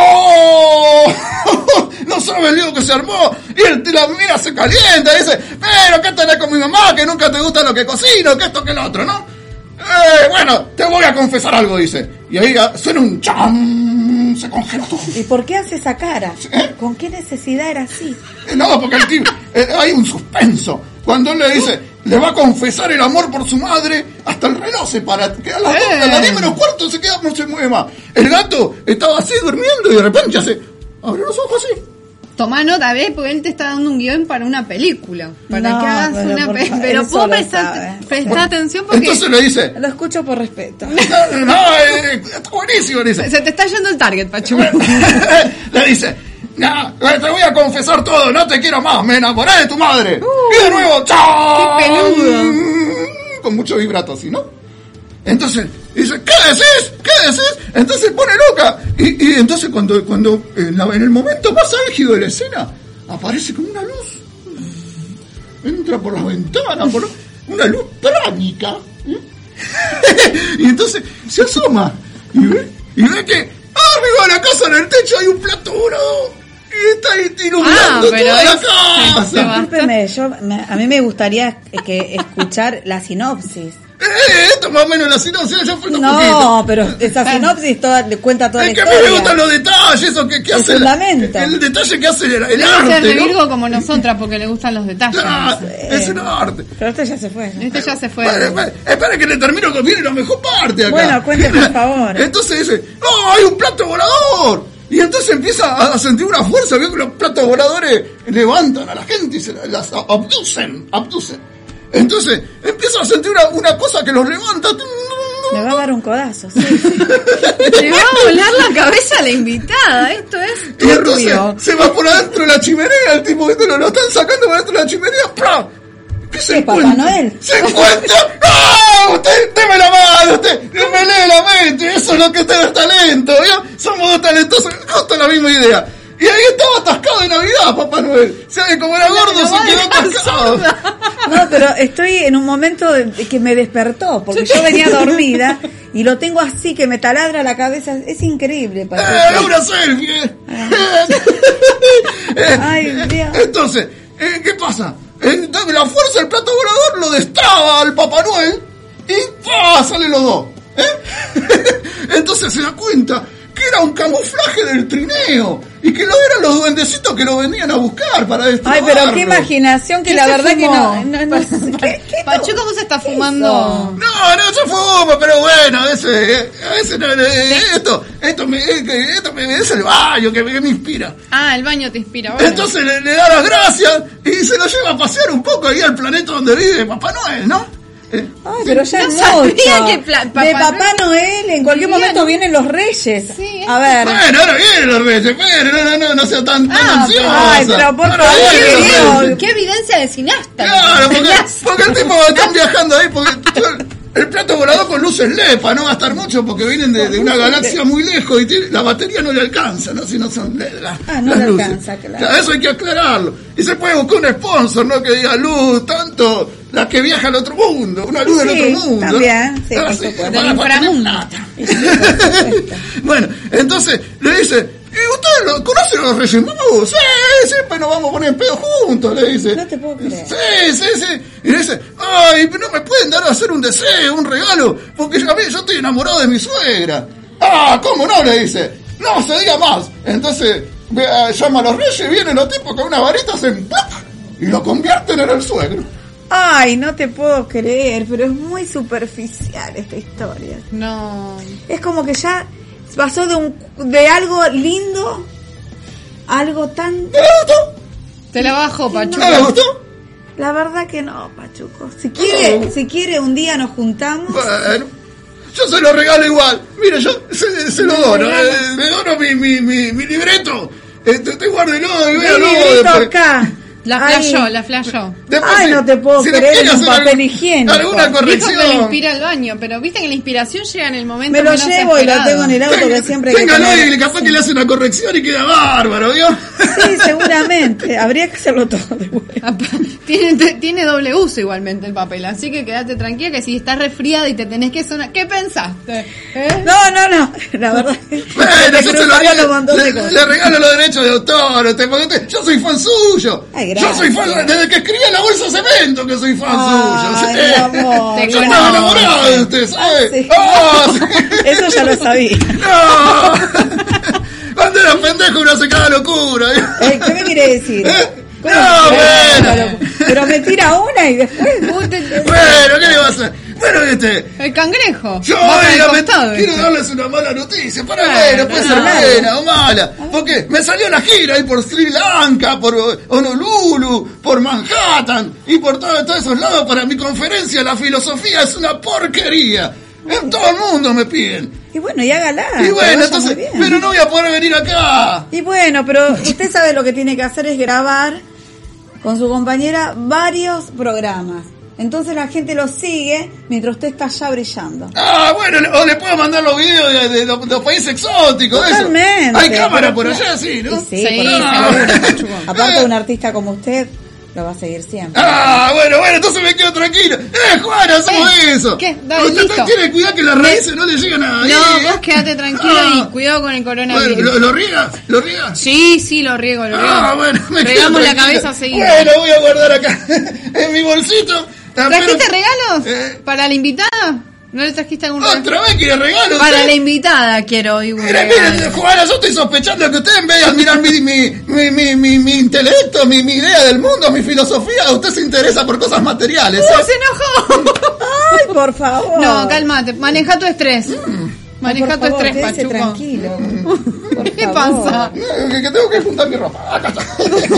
B: ¡Oh! No sabe el lío que se armó. Y el, la mira se calienta y dice, pero ¿qué tenés con mi mamá? Que nunca te gusta lo que cocino, que esto, que lo otro, ¿no? Eh, bueno, te voy a confesar algo, dice. Y ahí suena un cham, se congela todo.
D: ¿Y por qué hace esa cara?
B: ¿Eh?
D: ¿Con qué necesidad era así?
B: Eh, no, porque el tipo, eh, hay un suspenso. Cuando él le dice, le va a confesar el amor por su madre, hasta el reloj se para. Que a las
C: Eh.
B: dos, a las diez menos cuarto se queda, no se mueve más. El gato estaba así durmiendo y de repente hace, abre los ojos así.
C: Tomá nota, ¿ves? Porque él te está dando un guión para una película. Para
D: No,
C: que hagas
D: pero
C: una
D: por
C: pe-
D: favor,
C: Pero
D: él
C: vos
D: solo
C: prestá,
D: sabe.
C: prestá atención porque
B: Entonces le dice,
D: Lo escucho por respeto.
B: no, no, eh, está buenísimo, le dice.
C: se te está yendo el target, Pachu.
B: Le dice, no, te voy a confesar todo, no te quiero más, me enamoré de tu madre.
C: Uh,
B: y de nuevo, ¡chao!
C: ¡Qué peludo!
B: Con mucho vibrato así, ¿no? Entonces, dice, ¿qué decís? ¿Qué decís? Entonces pone loca. Y, y entonces cuando, cuando en, la- en el momento más álgido de la escena, aparece como una luz. Entra por las ventanas, por una luz pránica. ¿eh? Y entonces se asoma y ve, y ve que arriba de la casa en el techo hay un plato dorado. Y está iluminando
C: Ah, pero
B: toda la
C: es-
B: casa.
C: se va.
D: Discúlpeme, yo, me- a mí me gustaría que escuchar la sinopsis.
B: Eh, esto más o menos la sinopsis, ya fue un
D: No,
B: poquito.
D: pero esa sinopsis toda, le cuenta toda
B: Es
D: la
B: que a mí me
D: historia.
B: gustan los detalles, eso que, que
D: El
B: hace el,
D: fundamento.
B: el detalle que hace el, el
C: Debe ser
B: arte,
C: de
B: ¿no?
C: Virgo como nosotras porque le gustan los detalles.
B: Ah, es un arte.
D: Pero este ya se fue. ¿no?
C: Este ya se fue.
B: Bueno, bueno, espera que le termino con viene la mejor parte acá.
D: Bueno, cuente, por favor.
B: Entonces dice, ¡oh, hay un plato volador! Y entonces empieza a, a sentir una fuerza, vio que los platos voladores levantan a la gente y se la- las abducen, abducen. Entonces empieza a sentir una, una cosa que los levanta.
D: Le va a dar un codazo, sí, sí.
C: Le va a volar la cabeza a la invitada. Esto es
B: Y entonces
C: turbio.
B: se va por adentro de la chimenea, el tipo que lo, lo están sacando por adentro de la chimenea, ¡plá! ¿Qué se
D: ¿Qué, Papá
B: encuentra?
D: Noel?
B: ¡Se encuentra! ¡No! ¡Usted, deme la mano! ¡Usted me lee la mente! Eso es lo que te da talento, ¿vio? Somos dos talentosos, justo la misma idea. Y ahí estaba atascado de Navidad, Papá Noel. O sea, como era gordo,
C: No,
B: se quedó
C: no,
B: atascado.
D: No, pero estoy en un momento de- que me despertó, porque yo venía dormida y lo tengo así, que me taladra la cabeza. Es increíble,
B: ¡Eh,
D: Patricia.
B: una selfie! eh.
D: Ay, Dios.
B: Entonces, eh, ¿qué pasa? Entonces, la fuerza del plato volador lo destraba al Papá Noel y ¡pah! Salen los dos. ¿eh? Entonces se da cuenta que era un camuflaje del trineo y que lo eran los duendecitos que lo venían a buscar para
D: Ay,
B: destrabarlo.
D: pero qué imaginación, que
C: ¿Qué
D: la
C: se
D: verdad que
C: fumó?
D: no, no, no sé. ¿Qué- qué
C: Pachu,
D: to-
C: ¿cómo se está
D: qué
C: fumando?
D: hizo?
B: No, no se fuma, pero bueno, a veces, eh, a veces no, eh, esto, esto me, eh, que esto me es el baño que, me- que me inspira.
C: Ah, el baño te inspira. Bueno.
B: Entonces le, le da las gracias y se lo lleva a pasear un poco ahí al planeta donde vive Papá Noel, ¿no? Eh,
D: Ay, pero ya
C: No
D: es
C: sabía
D: mucho.
C: que pla-
D: De
C: Papá
D: Papá Noel, en cualquier
C: Vivían-
D: momento vienen los reyes.
C: Sí,
D: A ver.
B: Bueno, ahora vienen los reyes, pero no, no, no, no sea tan, tan
C: Ah,
B: ansiosa.
D: ay, pero por
B: Ahora
D: favor,
B: vienen los
D: querido.
B: reyes.
C: ¿Qué evidencia de cineasta?
B: Claro, porque, porque el tipo están viajando ahí, porque el plato volador con luces L E D, para no gastar mucho, porque vienen de, de una galaxia muy lejos y tiene- la batería no le alcanza, ¿no? Si no son L E D. las-
D: Ah, no
B: las
D: le
B: luces.
D: alcanza, claro.
B: Eso hay que aclararlo. Y se puede buscar un sponsor, ¿no? Que diga luz, tanto, la que viaja al otro mundo, una luz del
D: Sí,
B: otro mundo.
D: también, sí,
B: Ah,
D: por
B: sí,
D: supuesto.
B: para-
C: Del
B: para tener
C: inframundo.
B: plata. Bueno, entonces le dice, ¿y ustedes lo, conocen a los Reyes Magos? Sí, siempre nos vamos a poner en pedo juntos, le dice.
D: No te puedo creer.
B: Sí, sí, sí. Y le dice, ay, pero no me pueden dar a hacer un deseo, un regalo, porque yo, a mí, yo estoy enamorado de mi suegra. Ah, ¿cómo no? Le dice. No se diga más. Entonces ve, ah, llama a los Reyes, vienen los tipos con una varita, hacen ¡pac! Y lo convierten en el suegro.
D: Ay, no te puedo creer, pero es muy superficial esta historia.
C: No.
D: Es como que ya pasó de un de algo lindo a algo tan...
B: ¿No le gustó?
C: Te la bajo, Pachu.
B: ¿No le gustó?
D: La verdad que no, Pachuco. Si quiere,
B: No.
D: si quiere un día nos juntamos.
B: Bueno, yo se lo regalo igual. Mire, yo se, se lo dono.
D: regalo.
B: Eh, le dono mi, mi, mi, mi libreto. Este, usted guárdelo y
D: Mi
B: véalo.
D: librito
B: después.
D: acá.
C: La
D: Ay,
C: flashó, la flashó.
B: Después,
D: Ay,
B: si-
D: no te puedo
B: si le
D: creer,
B: quiere
D: en un
B: hacer
D: papel
B: algún-
D: higiénico.
B: Alguna
C: Dijo que le
B: corrección.
C: inspira el baño, pero viste que la inspiración llega en el momento
D: Me lo
C: menos
D: llevo y lo
C: esperado.
D: tengo en el auto que siempre hay que
B: Téngalo
D: tener.
B: y capaz que le hace una corrección y queda bárbaro, ¿vio?
D: Sí, seguramente. Habría que hacerlo todo de vuelta.
C: Apa, Tiene, te- tiene doble uso igualmente el papel, así que quédate tranquila que si estás resfriada y te tenés que sonar... ¿Qué pensaste? ¿Eh?
D: No, no, no. La verdad.
B: Bueno,
D: me
B: yo se lo
D: cruzaron
B: regalo,
D: un montón de
B: le,
D: cosas.
B: le regalo los derechos de autor, usted, porque usted- yo soy fan suyo.
D: Ay,
B: Yo Yo soy fan, desde que escribí en la bolsa de cemento que soy fan
D: Ay,
B: suyo.
D: mi amor.
B: Yo estaba enamorado de usted, ¿sabes?
D: Sí.
B: Oh, sí.
D: Eso ya lo sabía.
B: No. Cuando era pendejo uno se cada locura.
D: Eh, ¿Qué me quiere decir?
B: ¿Eh?
D: ¿Cómo
B: No,
D: que-
B: bueno.
D: Pero me tira una y después...
C: Uy, te- te-
B: Bueno, ¿qué le va a hacer? Bueno, este...
C: El cangrejo.
B: Yo,
C: Va para el
B: oiga, me-
C: costado,
B: quiero
C: ¿viste?
B: darles una mala noticia. Para
C: Bueno,
B: bueno, puede ser
C: no.
B: buena o mala. Porque me salió la gira ahí por Sri Lanka, por Honolulu, por Manhattan y por todo- todos esos lados para mi conferencia. La filosofía es una porquería. En todo el mundo me piden.
D: Y bueno, y hágala.
B: Y
D: que
B: bueno,
D: vaya
B: entonces,
D: muy bien.
B: pero no voy a poder venir acá.
D: Y bueno, pero usted sabe lo que tiene que hacer es grabar con su compañera varios programas. Entonces la gente lo sigue mientras usted está allá brillando.
B: Ah, bueno, le- o le puedo mandar los videos de, de los, de los países exóticos. de eso.
D: Totalmente.
B: Hay cámara
D: pero
B: por
D: claro.
B: allá, sí, ¿no?
D: Y sí,
C: Sí,
D: por
B: Ah.
C: seguro, Pachuco.
D: Aparte de un artista como usted, lo va a seguir siempre.
B: Ah, bueno, bueno, entonces me quedo tranquilo. Eh, Juana, hacemos
C: ¿Qué?
B: eso.
C: ¿Qué? Dale,
B: Usted
C: listo.
B: tiene cuidado que las raíces no le llegan a ahí.
C: No, vos quédate tranquilo
B: Ah.
C: y cuidado con el
B: Bueno,
C: coronavirus.
B: ¿lo, lo riega? ¿Lo riega?
C: Sí, sí, lo riego, lo riego.
B: Ah, bueno, me quedo
C: Regamos la
B: tranquilo.
C: cabeza seguida.
B: Bueno, voy a guardar acá en mi bolsito.
C: ¿Trajiste regalos?
B: Eh.
C: ¿Para la invitada? ¿No le trajiste algún regalo?
B: ¿Otra vez quiere regalo?
C: Para
B: usted?
C: la invitada quiero hoy un
B: Mire,
C: regalo.
B: mire, Juana, yo estoy sospechando que usted en vez de admirar mi, mi, mi, mi, mi, mi intelecto, mi, mi idea del mundo, mi filosofía, usted se interesa por cosas materiales.
C: ¡Uh,
B: ¿eh?
C: se enojó!
D: Ay, por favor.
C: No, cálmate, maneja tu estrés.
D: Ay,
C: Maneja
D: por
C: tu
D: favor,
C: estrés,
D: quédese
C: Pachuco.
D: tranquilo. Por
C: ¿Qué le
D: favor.
C: pasa?
B: Eh, Que, que tengo que juntar mi ropa. Acá está.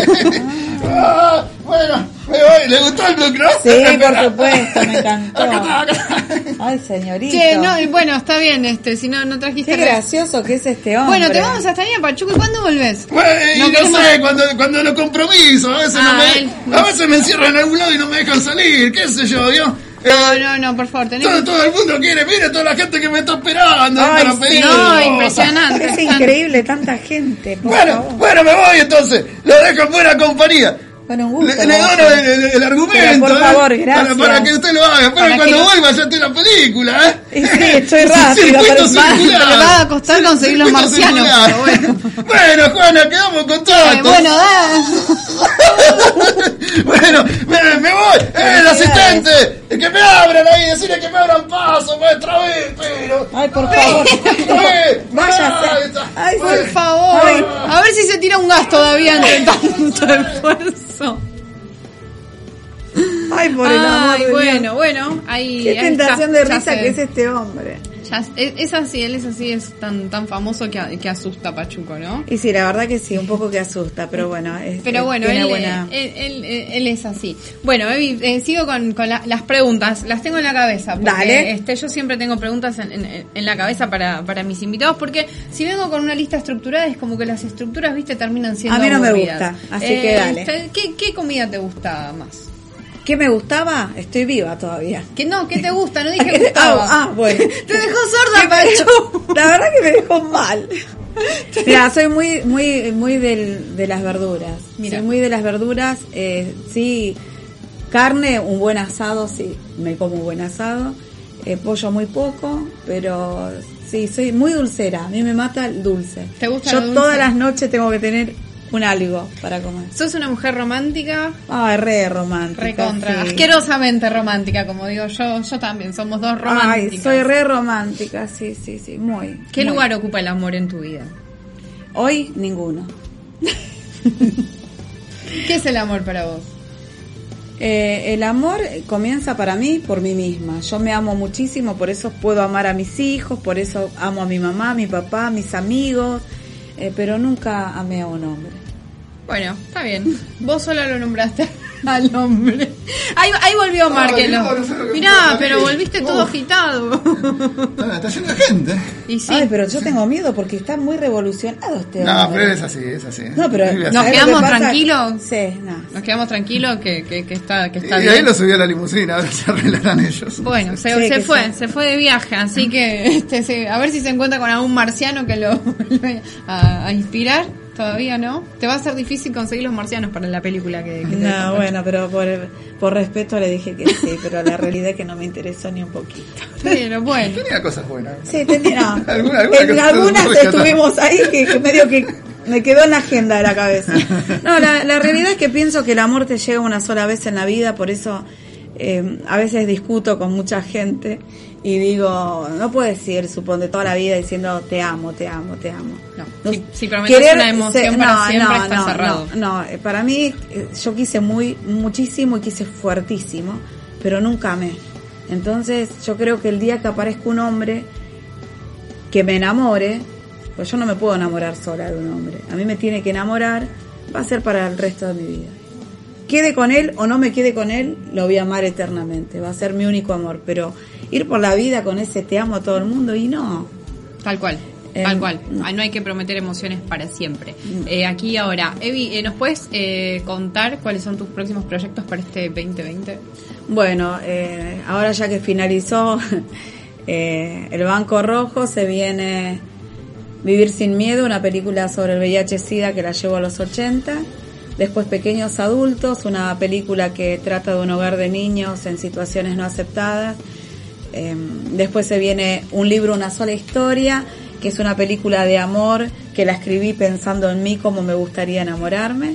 B: Ah, bueno, me voy. ¿Le gustó el look, no?
D: Sí, por supuesto, me encantó.
B: Acá está, acá está.
D: Ay, señorita.
C: Che, no, y bueno, está bien, este, si no, no trajiste
D: Qué
C: regalo.
D: gracioso que es este hombre.
C: Bueno, te vamos a extrañar, Pachuco, ¿y cuándo volvés?
B: Bueno, y
C: No
B: no,
C: queremos-
B: sé, cuando, cuando los compromisos, a veces,
C: Ah,
B: no
C: él-
B: me, a veces me encierran en algún lado y no me dejan salir, qué sé yo, ¿vio?
C: No,
B: Eh,
C: no, no, por favor, tenés
B: todo,
C: que...
B: todo el mundo quiere, mire toda la gente que me está esperando
D: Ay,
B: para
D: sí.
B: pedir
C: No,
B: cosas.
C: impresionante.
D: Es increíble, tanta gente, por
B: Bueno,
D: favor.
B: bueno, me voy entonces, lo dejo en buena compañía.
D: Bueno, un
B: Le,
D: gusto.
B: le
D: vos.
B: doy el, el, el argumento,
D: Pero por
B: ¿eh?
D: favor,
B: para,
D: gracias.
B: para que usted lo haga. Pero
C: Para
B: cuando
C: que lo-
B: vuelva ya esté la película, ¿eh?
D: Y sí, estoy
B: Es un
D: rápido,
B: circuito
D: pero
C: Va,
B: circular.
C: le va a costar conseguir los
B: Circuito
C: marcianos,
B: circular.
C: pero bueno.
B: Bueno, Juana, quedamos con todo.
C: Eh, bueno, da.
B: Bueno, me, me voy. ¡Eh, el asistente! ¡Que me abran ahí! ¡Decirle que me abran paso! ¡Otra vez, pero!
D: Ay, por favor.
B: ¡Eh!
D: Váyase.
B: ahí está.
D: Ay,
C: Por
B: Bueno,
C: favor.
D: Ay.
C: A ver si se tira un gas todavía entre tanto esfuerzo.
D: Ay, por el amor
C: Ay,
D: de
C: bueno,
D: Dios.
C: bueno. Ahí,
D: Qué
C: ahí
D: tentación
C: está,
D: de
C: ya
D: risa
C: sé.
D: que es este hombre.
C: Ya- es, es así, él es así, es tan tan famoso que, que asusta a Pachuco, ¿no?
D: Y sí, la verdad que sí, un poco que asusta, pero bueno. Es,
C: Pero
D: es-
C: bueno,
D: tiene
C: él,
D: buena...
C: él, él, él- él es así. Bueno, Evi, eh, sigo con, con la- las preguntas. Las tengo en la cabeza. Porque,
D: Dale.
C: Este, yo siempre tengo preguntas en, en- en la cabeza para, para mis invitados. Porque si vengo con una lista estructurada, es como que las estructuras, viste, terminan siendo
D: A mí no me
C: aburridas.
D: gusta, así que dale.
C: este, ¿qué, ¿Qué comida te gusta más?
D: ¿Qué me gustaba? Estoy viva todavía.
C: ¿Qué no? ¿Qué te gusta? No dije
D: Ah,
C: gustaba.
D: ah, bueno.
C: Te dejó sorda, Pachu.
D: La verdad que me dejó mal. Mira, soy muy muy muy del, de las verduras.
C: Mira.
D: Soy muy de las verduras. Eh, sí, carne, un buen asado, sí, me como un buen asado. Eh, pollo muy poco, pero sí, soy muy dulcera. A mí me mata el dulce.
C: ¿Te gusta
D: Yo
C: lo dulce?
D: todas las noches tengo que tener un algo para comer.
C: ¿Sos una mujer romántica?
D: Ay, re romántica.
C: Recontra.
D: sí.
C: Asquerosamente romántica, como digo yo. Yo también, somos dos
D: Ay,
C: románticas.
D: soy re romántica, sí, sí, sí, muy.
C: ¿Qué
D: muy.
C: lugar ocupa el amor en tu vida?
D: Hoy, ninguno.
C: ¿Qué es el amor para vos?
D: Eh, el amor comienza para mí por mí misma. Yo me amo muchísimo, por eso puedo amar a mis hijos, por eso amo a mi mamá, a mi papá, a mis amigos, eh, pero nunca amé a un hombre.
C: Bueno, está bien. Vos sola lo nombraste al hombre. Ahí, ahí volvió Omar, que lo...
B: no, no sé lo que
C: Mirá,
B: puedo
C: pero
B: salir.
C: volviste todo
B: Uf.
C: agitado.
B: Está, está lleno de gente.
C: Y sí.
D: Ay, pero yo tengo miedo porque está muy revolucionado este
B: No,
D: hombre.
B: pero es así, es así.
D: No, pero
B: Vive así.
C: Nos
D: ¿sabes lo
C: quedamos
D: que pasa?
C: tranquilos.
D: Sí, no.
C: Nos quedamos tranquilos que, que, que está, que
B: Y
C: está
B: ahí
C: bien.
B: lo subí a la limusina, ahora se arreglarán ellos.
C: Bueno, se,
D: Sí,
C: se
D: que
C: fue,
D: sí.
C: se fue de viaje, así que este, se- a ver si se encuentra con algún marciano que lo, lo vaya a, a inspirar. Todavía no. Te va a ser difícil conseguir los marcianos para la película que, que te
D: No,
C: dejo,
D: bueno, pero por, por respeto le dije que sí, pero la realidad es que no me interesó ni un poquito.
C: Pero bueno.
B: Tenía cosas buenas.
D: Sí, tenía.
B: Alguna- alguna
D: en
B: que-
D: algunas
B: rescatar.
D: estuvimos ahí que, que medio que me quedó en la agenda de la cabeza. No, la, la realidad es que pienso que el amor te llega una sola vez en la vida, por eso eh, a veces discuto con mucha gente y digo, no puedes ir, suponte, toda la vida diciendo te amo, te amo, te amo.
C: No,
D: no,
C: si, si prometes una emoción
D: se,
C: para
D: no,
C: siempre,
D: no,
C: está
D: no,
C: cerrado.
D: No, no, para mí, yo quise muy, muchísimo y quise fuertísimo, pero nunca amé. Entonces, yo creo que el día que aparezca un hombre que me enamore, pues yo no me puedo enamorar sola de un hombre. A mí me tiene que enamorar, va a ser para el resto de mi vida. Quede con él o no me quede con él, lo voy a amar eternamente. Va a ser mi único amor. Pero ir por la vida con ese te amo a todo el mundo y no.
C: Tal cual.
D: Eh,
C: Tal cual,
D: no.
C: no hay que prometer emociones para siempre.
D: No.
C: Eh, aquí ahora, Evi, eh, ¿nos puedes eh, contar cuáles son tus próximos proyectos para este veinte veinte?
D: Bueno, eh, ahora ya que finalizó eh, El Banco Rojo, se viene Vivir sin Miedo, una película sobre el V I H SIDA que la llevo a los ochenta. Después Pequeños Adultos, una película que trata de un hogar de niños en situaciones no aceptadas. Eh, después se viene Un libro, una sola historia, que es una película de amor que la escribí pensando en mí, cómo me gustaría enamorarme.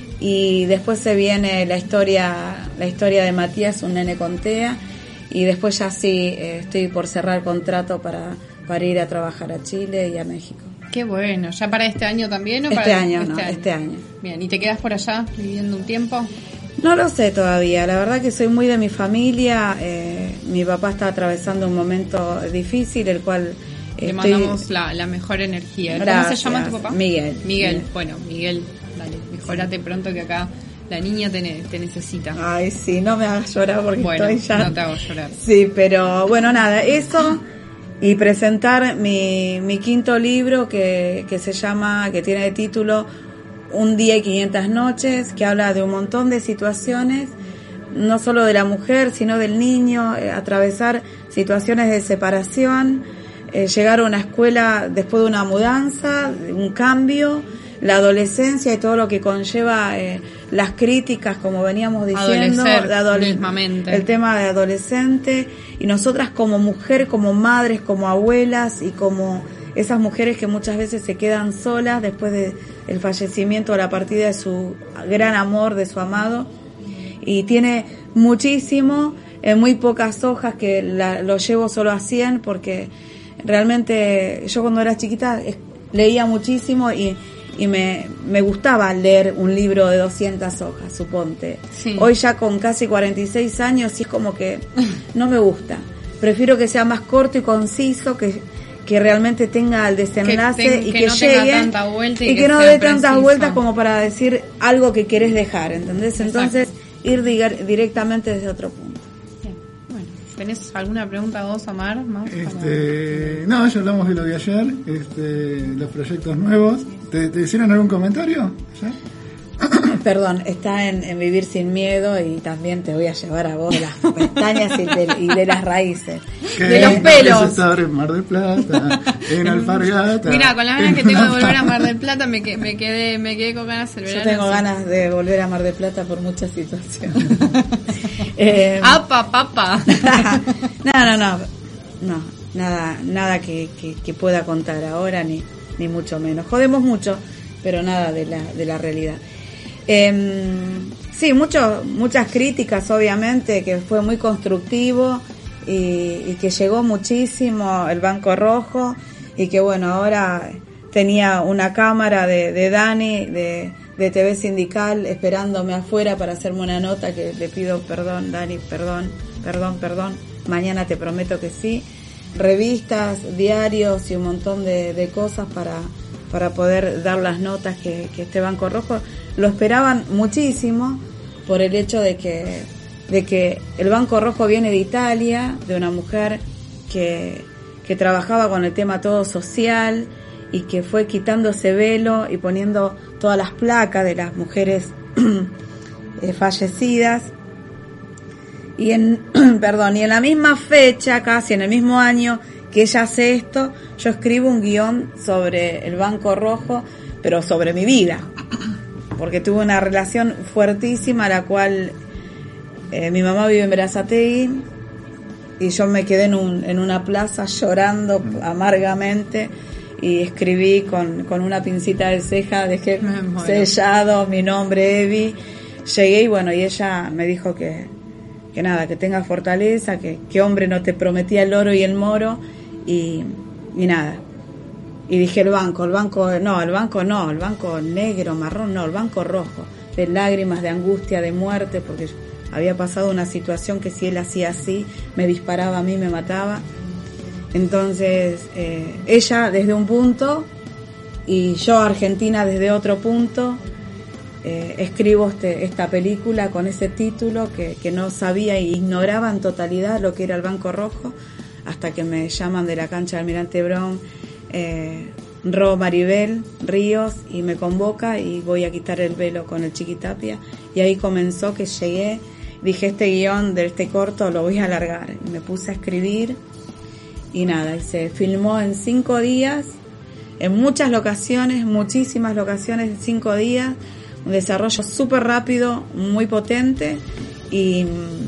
D: Y después se viene la historia la historia de Matías, un nene con T E A. Y después ya sí, eh, estoy por cerrar contrato para, para ir a trabajar a Chile y a México.
C: Qué bueno, ¿ya para este año también o
D: Este
C: para
D: año,
C: este
D: no,
C: año?
D: este año.
C: Bien, ¿y te quedas por allá viviendo un tiempo?
D: No lo sé todavía, la verdad que soy muy de mi familia. Eh, mi papá está atravesando un momento difícil, el cual
C: Le
D: estoy...
C: mandamos la, la mejor energía.
D: Gracias.
C: ¿Cómo se llama tu papá?
D: Miguel.
C: Miguel,
D: Miguel.
C: bueno, Miguel, dale, mejorate pronto que acá la niña te, ne- te necesita.
D: Ay, sí, no me hagas llorar porque
C: Bueno,
D: estoy ya...
C: no te hago llorar.
D: Sí, pero bueno, nada, eso y presentar mi, mi quinto libro que, que se llama, que tiene de título Un día y quinientas noches, que habla de un montón de situaciones, no solo de la mujer, sino del niño, eh, atravesar situaciones de separación, eh, llegar a una escuela después de una mudanza, un cambio, la adolescencia y todo lo que conlleva eh, las críticas, como veníamos diciendo,
C: Adolecer
D: de adole-
C: mismamente.
D: el tema de adolescente, y nosotras como mujer, como madres, como abuelas y como esas mujeres que muchas veces se quedan solas después de el fallecimiento o la partida de su gran amor, de su amado, y tiene muchísimo, en muy pocas hojas, que la, lo llevo solo a cien, porque realmente yo cuando era chiquita eh, leía muchísimo y, y me, me gustaba leer un libro de doscientas hojas, suponte.
C: Sí.
D: Hoy ya con casi cuarenta y seis años y es como que no me gusta. Prefiero que sea más corto y conciso, que que realmente tenga el desenlace
C: Que ten-
D: y
C: que
D: que,
C: no tenga
D: llegue
C: tanta vuelta y
D: y
C: que
D: que no
C: sea
D: dé tantas
C: preciso.
D: vueltas como para decir algo que querés dejar, ¿entendés?
C: Exacto.
D: Entonces ir diga- directamente desde otro punto.
C: Bien, bueno, ¿tenés alguna pregunta vos, Omar? Más para-
B: Este, no, ya hablamos de lo de ayer, este, los proyectos nuevos. ¿Te, te hicieron algún comentario? ¿Ya?
D: Perdón, está en, en Vivir sin Miedo y también te voy a llevar a vos de las pestañas y de, y de las raíces.
B: Que
D: De los
B: es
D: pelos.
B: estar en Mar del Plata, en Alpargata.
C: Mira, con las ganas
B: en
C: que tengo de volver a
B: Pampa.
C: Mar del Plata me, que- me quedé me quedé con ganas el
D: Yo
C: verano.
D: tengo
C: sí.
D: ganas de volver a Mar del Plata por muchas situaciones. eh,
C: ¡Apa, papa!
D: no, no, no, no, nada, nada que, que, que pueda contar ahora ni, ni mucho menos. Jodemos mucho, pero nada de la, de la realidad. Eh, sí, mucho, muchas críticas, obviamente, que fue muy constructivo y, y que llegó muchísimo el Banco Rojo y que bueno, ahora tenía una cámara de, de Dani, de, de T V Sindical, esperándome afuera para hacerme una nota que le pido perdón, Dani, perdón, perdón, perdón, mañana te prometo que sí. Revistas, diarios y un montón de, de cosas para, para poder dar las notas que, que este Banco Rojo lo esperaban muchísimo por el hecho de que, de que el Banco Rojo viene de Italia, de una mujer que, que trabajaba con el tema todo social y que fue quitándose velo y poniendo todas las placas de las mujeres eh, fallecidas. Y en, perdón, y en la misma fecha, casi en el mismo año que ella hace esto, yo escribo un guión sobre el Banco Rojo, pero sobre mi vida, porque tuve una relación fuertísima, la cual eh, mi mamá vive en Berazategui y yo me quedé en, un, en una plaza llorando amargamente y escribí con, con una pincita de ceja, dejé sellado mi nombre, Evi. Llegué y bueno, y ella me dijo que, que nada, que tenga fortaleza, que, que hombre no te prometía el oro y el moro, y, y nada. Y dije el banco, el banco, no, el banco no, el banco negro, marrón, no, el banco rojo, de lágrimas, de angustia, de muerte, porque había pasado una situación que si él hacía así, me disparaba a mí, me mataba. Entonces, eh, ella desde un punto y yo, Argentina, desde otro punto, eh, escribo este, esta película con ese título que, que no sabía e ignoraba en totalidad lo que era el Banco Rojo, hasta que me llaman de la cancha de Almirante Brown, eh, Ro Maribel Ríos, y me convoca y voy a quitar el velo con el Chiquitapia, y ahí comenzó que llegué, dije este guión de este corto lo voy a alargar, y me puse a escribir. Y nada, y se filmó en cinco días, en muchas locaciones, muchísimas locaciones en cinco días, un desarrollo súper rápido, muy potente, y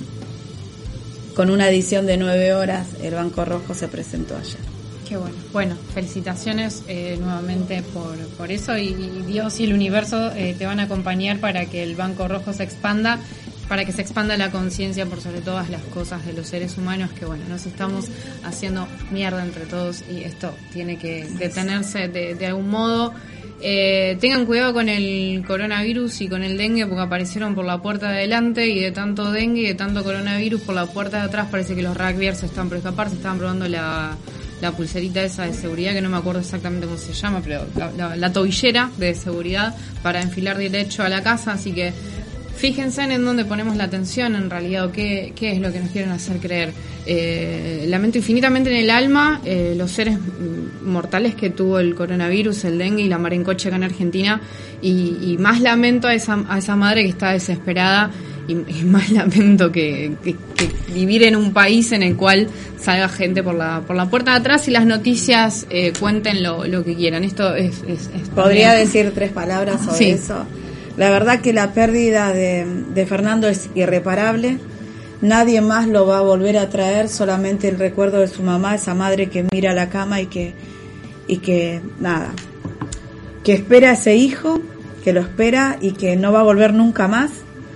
D: con una edición de nueve horas, el Banco Rojo se presentó ayer.
C: Qué bueno. Bueno, felicitaciones eh, nuevamente por, por eso, y, y Dios y el universo eh, te van a acompañar para que el Banco Rojo se expanda, para que se expanda la conciencia por sobre todas las cosas de los seres humanos, que bueno, nos estamos haciendo mierda entre todos y esto tiene que detenerse de, de algún modo. Eh, tengan cuidado con el coronavirus y con el dengue, porque aparecieron por la puerta de adelante, y de tanto dengue y de tanto coronavirus por la puerta de atrás parece que los rugbyers están por escapar, se estaban probando la, la pulserita esa de seguridad, que no me acuerdo exactamente cómo se llama, pero la, la, la tobillera de seguridad para enfilar derecho a la casa, así que fíjense en dónde ponemos la atención en realidad, o qué, qué es lo que nos quieren hacer creer. Eh, lamento infinitamente en el alma eh, los seres mortales que tuvo el coronavirus, el dengue y la mar en coche acá en Argentina, y, y más lamento a esa, a esa madre que está desesperada, y, y más lamento que, que, que vivir en un país en el cual salga gente por la por la puerta de atrás y las noticias eh, cuenten lo, lo que quieran. Esto es... es, es
D: Podría
C: también
D: decir tres palabras sobre
C: sí.
D: eso. La verdad que la pérdida de, de Fernando es irreparable. Nadie más lo va a volver a traer, solamente el recuerdo de su mamá, esa madre que mira la cama y que, y que nada, que espera a ese hijo, que lo espera y que no va a volver nunca más.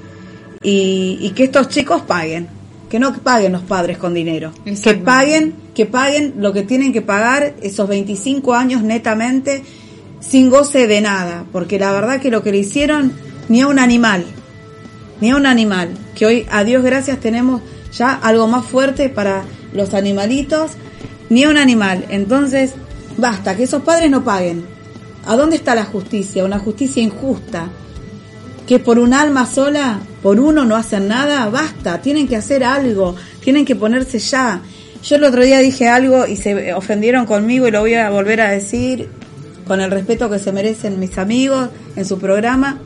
D: Y, y que estos chicos paguen, que no paguen los padres con dinero, que paguen, que paguen lo que tienen que pagar, esos veinticinco años netamente, sin goce de nada, porque la verdad que lo que le hicieron ni a un animal, ni a un animal, que hoy a Dios gracias tenemos ya algo más fuerte para los animalitos, ni a un animal. Entonces basta, que esos padres no paguen. ¿A dónde está la justicia? Una justicia injusta, que por un alma sola, por uno no hacen nada. Basta, tienen que hacer algo, tienen que ponerse ya. Yo el otro día dije algo y se ofendieron conmigo, y lo voy a volver a decir con el respeto que se merecen mis amigos en su programa,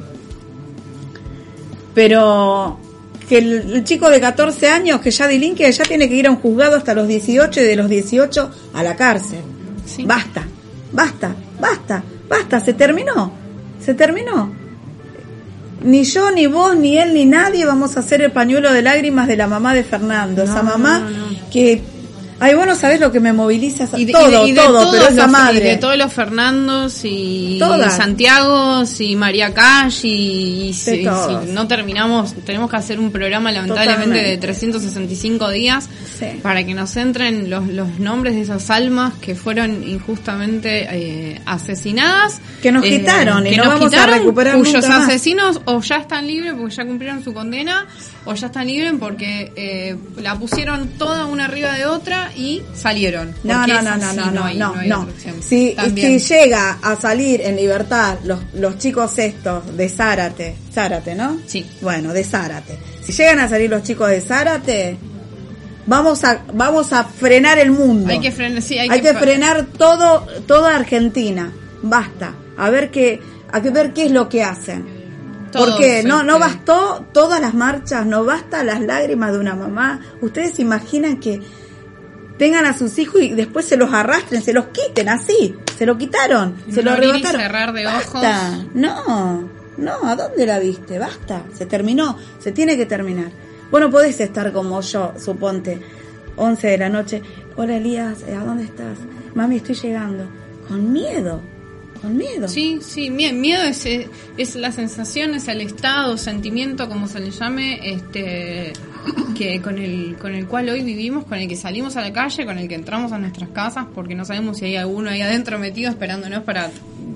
D: pero que el, el chico de catorce años que ya delinque ya tiene que ir a un juzgado hasta los dieciocho, y de los dieciocho a la cárcel. Sí. Basta, basta, basta, basta, se terminó, se terminó. Ni yo, ni vos, ni él, ni nadie vamos a hacer el pañuelo de lágrimas de la mamá de Fernando, no, esa mamá no, no, no. que... Ay, vos no sabés lo que me moviliza, y de, todo, y de, y de todo, pero esa
C: los,
D: madre.
C: Y de todos los Fernandos y Santiagos y María Cash, y, y si, si no terminamos, tenemos que hacer un programa lamentablemente Totalmente. de trescientos sesenta y cinco días sí. para que nos entren los, los nombres de esas almas que fueron injustamente eh, asesinadas.
D: Que nos eh, quitaron y que no nos vamos quitaron, a recuperar
C: cuyos
D: nunca más.
C: asesinos o ya están libres porque ya cumplieron su condena, o ya están libres porque eh, la pusieron toda una arriba de otra y salieron.
D: No, no, no, no, no, no, hay, no, no, no. Si, si llega a salir en libertad los, los chicos estos de Zárate, Zárate, ¿no?
C: Sí.
D: Bueno, de Zárate. Si llegan a salir los chicos de Zárate, vamos a vamos a frenar el mundo.
C: Hay que frenar, sí, hay,
D: hay que, que frenar todo, toda Argentina. Basta. A ver qué, a ver qué es lo que hacen. Porque no no bastó todas las marchas, no basta las lágrimas de una mamá. Ustedes se imaginan que tengan a sus hijos y después se los arrastren, se los quiten así, se lo quitaron, se lo arrebataron.
C: Cerrar de ojos.
D: Basta. No, no, ¿a dónde la viste? Basta, se terminó, se tiene que terminar. Vos no podés estar como yo, suponte, once de la noche. Hola Elías, ¿a dónde estás? Mami, estoy llegando. con miedo, con miedo.
C: Sí, sí, miedo es, es la sensación, es el estado, sentimiento, como se le llame, este que con el con el cual hoy vivimos, con el que salimos a la calle, con el que entramos a nuestras casas, porque no sabemos si hay alguno ahí adentro metido esperándonos para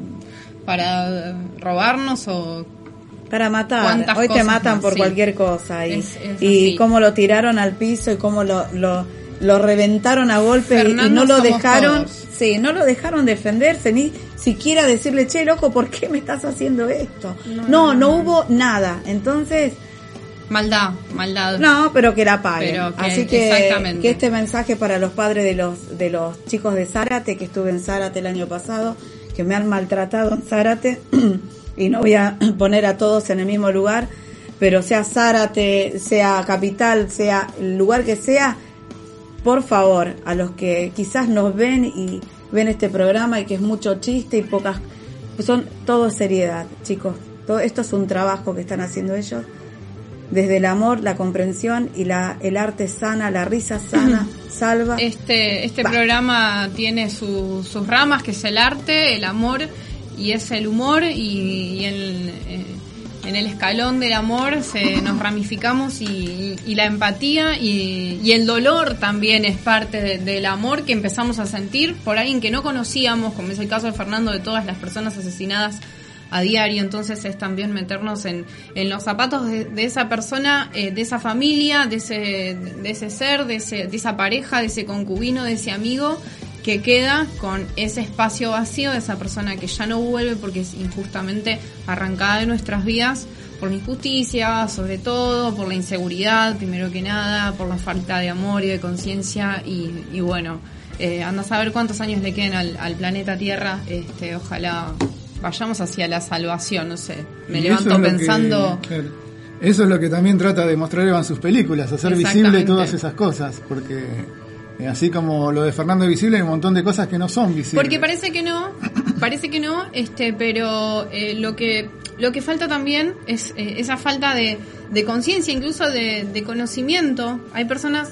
C: para robarnos o
D: para matar. Hoy te matan
C: más,
D: por
C: sí.
D: cualquier cosa y,
C: es, es
D: y cómo lo tiraron al piso y cómo lo lo, lo reventaron a golpes y no lo dejaron,
C: todos.
D: sí, no lo dejaron defenderse ni siquiera decirle, che, loco, ¿por qué me estás haciendo esto? No, no, no, no hubo nada. Entonces,
C: maldad, maldad.
D: No, pero que la paguen.
C: Pero que,
D: Así que,
C: exactamente.
D: que este mensaje para los padres de los de los chicos de Zárate, que estuve en Zárate el año pasado, que me han maltratado en Zárate, y no voy a poner a todos en el mismo lugar, pero sea Zárate, sea Capital, sea el lugar que sea, por favor, a los que quizás nos ven y ven este programa y que es mucho chiste y pocas, son todo seriedad, chicos. Todo esto es un trabajo que están haciendo ellos desde el amor, la comprensión y la el arte sana, la risa sana, salva.
C: Este este
D: bah.
C: programa tiene su, sus ramas, que es el arte, el amor y es el humor, y, y el, eh, en el escalón del amor se nos ramificamos, y, y la empatía y, y el dolor también es parte de, del amor que empezamos a sentir por alguien que no conocíamos, como es el caso de Fernando, de todas las personas asesinadas a diario. Entonces es también meternos en, en los zapatos de, de esa persona, eh, de esa familia, de ese, de ese ser, de, ese, de esa pareja, de ese concubino, de ese amigo que queda con ese espacio vacío, de esa persona que ya no vuelve porque es injustamente arrancada de nuestras vidas por la injusticia, sobre todo por la inseguridad, primero que nada, por la falta de amor y de conciencia, y, y bueno, eh, anda a saber cuántos años le queden al, al planeta Tierra. Este, ojalá vayamos hacia la salvación, no sé, me
B: y
C: levanto
B: eso
C: pensando...
B: Que, claro, eso es lo que también trata de mostrar Eva en sus películas, hacer visible todas esas cosas, porque eh, así como lo de Fernando es visible, hay un montón de cosas que no son visibles.
C: Porque parece que no, parece que no, este, pero eh, lo que lo que falta también es eh, esa falta de, de conciencia, incluso de, de conocimiento. Hay personas,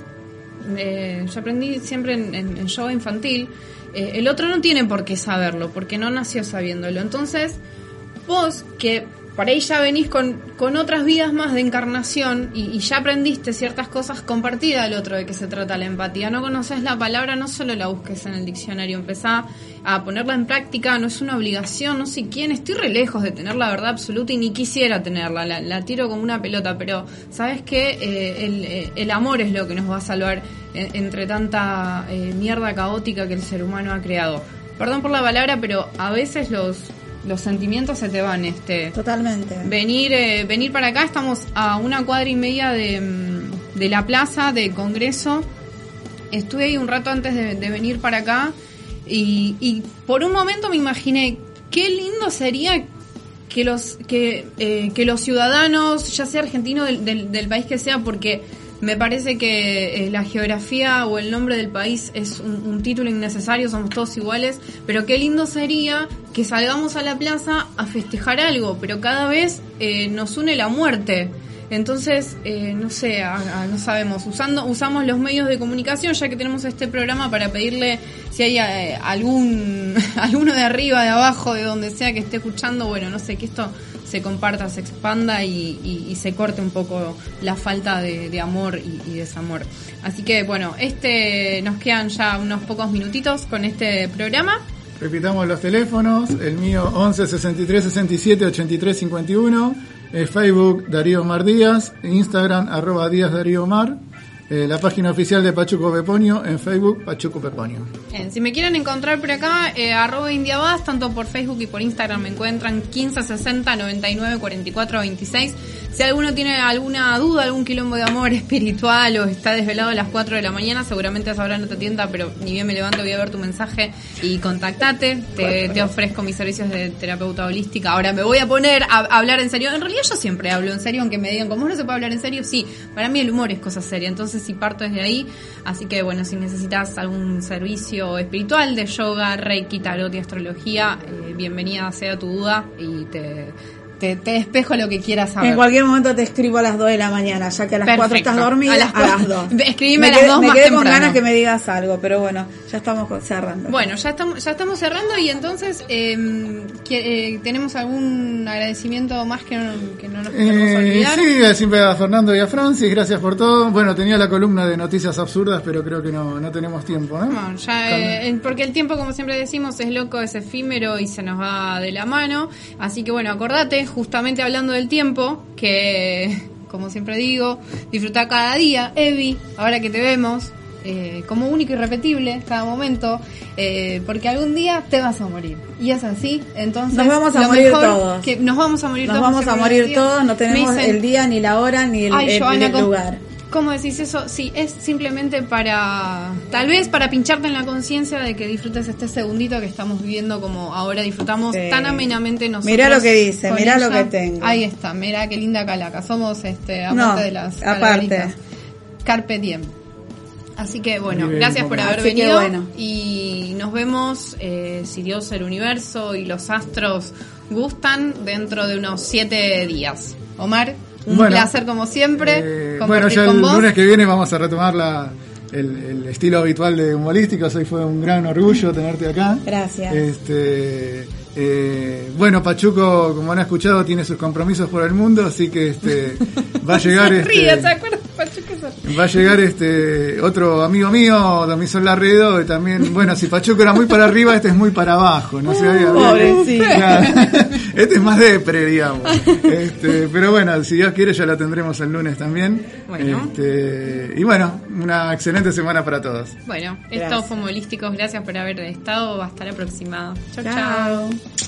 C: eh, yo aprendí siempre en, en, en yoga infantil, eh, el otro no tiene por qué saberlo, porque no nació sabiéndolo. Entonces, vos que por ahí ya venís con, con otras vidas más de encarnación y, y ya aprendiste ciertas cosas, compartida al otro de qué se trata la empatía. No conoces la palabra, no solo la busques en el diccionario, empezá a ponerla en práctica, no es una obligación, no sé quién, estoy re lejos de tener la verdad absoluta y ni quisiera tenerla, la, la tiro como una pelota, pero ¿sabes qué? Eh, el, eh, el amor es lo que nos va a salvar en, entre tanta eh, mierda caótica que el ser humano ha creado. Perdón por la palabra, pero a veces los... los sentimientos se te van, este
D: totalmente.
C: Venir eh, venir para acá, estamos a una cuadra y media de, de la plaza de Congreso. Estuve ahí un rato antes de, de venir para acá y, y por un momento me imaginé qué lindo sería que los que eh, que los ciudadanos, ya sea argentino del, del, del país que sea, porque me parece que eh, la geografía o el nombre del país es un, un título innecesario, somos todos iguales, pero qué lindo sería que salgamos a la plaza a festejar algo, pero cada vez eh, nos une la muerte. Entonces, eh, no sé, a, a, no sabemos, usando usamos los medios de comunicación, ya que tenemos este programa, para pedirle si hay eh, algún alguno de arriba, de abajo, de donde sea que esté escuchando, bueno, no sé, que esto se comparta, se expanda y, y, y se corte un poco la falta de, de amor y, y desamor. Así que bueno, este nos quedan ya unos pocos minutitos con este programa.
B: Repitamos los teléfonos, el mío once sesenta y tres sesenta y siete ochenta y tres cincuenta y uno, eh, Facebook Darío Omar Díaz, Instagram arroba Díaz Darío Omar, eh, la página oficial de Pachuco Peponio en Facebook, Pachuco Peponio.
C: Bien, si me quieren encontrar por acá, eh, arroba Indiabas, tanto por Facebook y por Instagram me encuentran quince sesenta noventa y nueve cuarenta y cuatro veintiséis. Si alguno tiene alguna duda, algún quilombo de amor espiritual o está desvelado a las cuatro de la mañana, seguramente a esa hora no te atienda, pero ni bien me levanto voy a ver tu mensaje y contactate. Te, te ofrezco mis servicios de terapeuta holística. Ahora me voy a poner a, a hablar en serio. En realidad yo siempre hablo en serio, aunque me digan, ¿cómo no se puede hablar en serio? Sí, para mí el humor es cosa seria, entonces si parto desde ahí. Así que bueno, si necesitas algún servicio espiritual de yoga, reiki, tarot y astrología, eh, bienvenida sea tu duda y te... te, te despejo lo que quieras saber.
D: En cualquier momento te escribo a las dos de la mañana, ya que a las
C: Perfecto.
D: cuatro estás dormida, a las,
C: a las dos. Escribime
D: me
C: a las
D: quedé,
C: dos
D: me
C: más
D: quedé
C: temprano.
D: con ganas que me digas algo, pero bueno, ya estamos cerrando.
C: Bueno, ya estamos, ya estamos cerrando y entonces eh, que, eh, tenemos algún agradecimiento más que no, que no nos podemos
B: Eh,
C: olvidar.
B: sí, siempre a Fernando y a Francis, gracias por todo. Bueno, tenía la columna de noticias absurdas, pero creo que no, no tenemos tiempo, ¿no?
C: No, ya, eh, porque el tiempo, como siempre decimos, es loco, es efímero y se nos va de la mano. Así que bueno, acordate, justamente hablando del tiempo, que como siempre digo, disfruta cada día, Evi, ahora que te vemos, eh, como único y repetible cada momento, eh, porque algún día te vas a morir. Y es así, entonces
D: nos vamos a
C: lo
D: morir
C: mejor
D: todos.
C: Que nos vamos a morir
D: nos
C: todos.
D: vamos a morir todos, no tenemos
C: dicen,
D: el día, ni la hora, ni el,
C: Ay,
D: el,
C: Joana,
D: el
C: ¿cómo,
D: lugar.
C: ¿Cómo decís eso? Sí, es simplemente para, tal vez para pincharte en la conciencia de que disfrutes este segundito que estamos viviendo como ahora disfrutamos
D: Sí.
C: tan amenamente nosotros.
D: Mirá lo que dice,
C: con
D: mirá
C: ella.
D: lo que tengo.
C: Ahí está, mirá qué linda calaca. Somos este amante
D: No,
C: de las
D: aparte.
C: calaveritas. Carpe diem. Así que bueno,
B: Bien,
C: gracias por haber
D: Así que
C: venido
D: bueno.
C: y nos vemos, eh, si Dios, el universo y los astros gustan, dentro de unos siete días. Omar, un
B: Bueno,
C: placer como siempre.
B: Eh,
C: compartir
B: bueno, ya
C: con
B: el
C: vos.
B: lunes que viene vamos a retomar la, el, el estilo habitual de Humbolísticos. Hoy fue un gran orgullo tenerte acá.
D: Gracias.
B: Este, eh, bueno, Pachuco, como han escuchado, tiene sus compromisos por el mundo, así que este, va a llegar
C: Se ríe,
B: este,
C: ¿se acuerdan? Pachuco se-
B: va a llegar este otro amigo mío, Domisol Larredo, y también, bueno, si Pachuco era muy para arriba, este es muy para abajo, no sé, había-
D: pobrecito.
B: Claro. Este es más depre, digamos. Este, pero bueno, si Dios quiere ya la tendremos el lunes también.
C: Bueno.
B: Este, y bueno, una excelente semana para todos.
C: Bueno,
D: Gracias.
C: esto fue Humbolísticos. Gracias por haber estado. Hasta la próxima. Chau, chau.
D: Chao.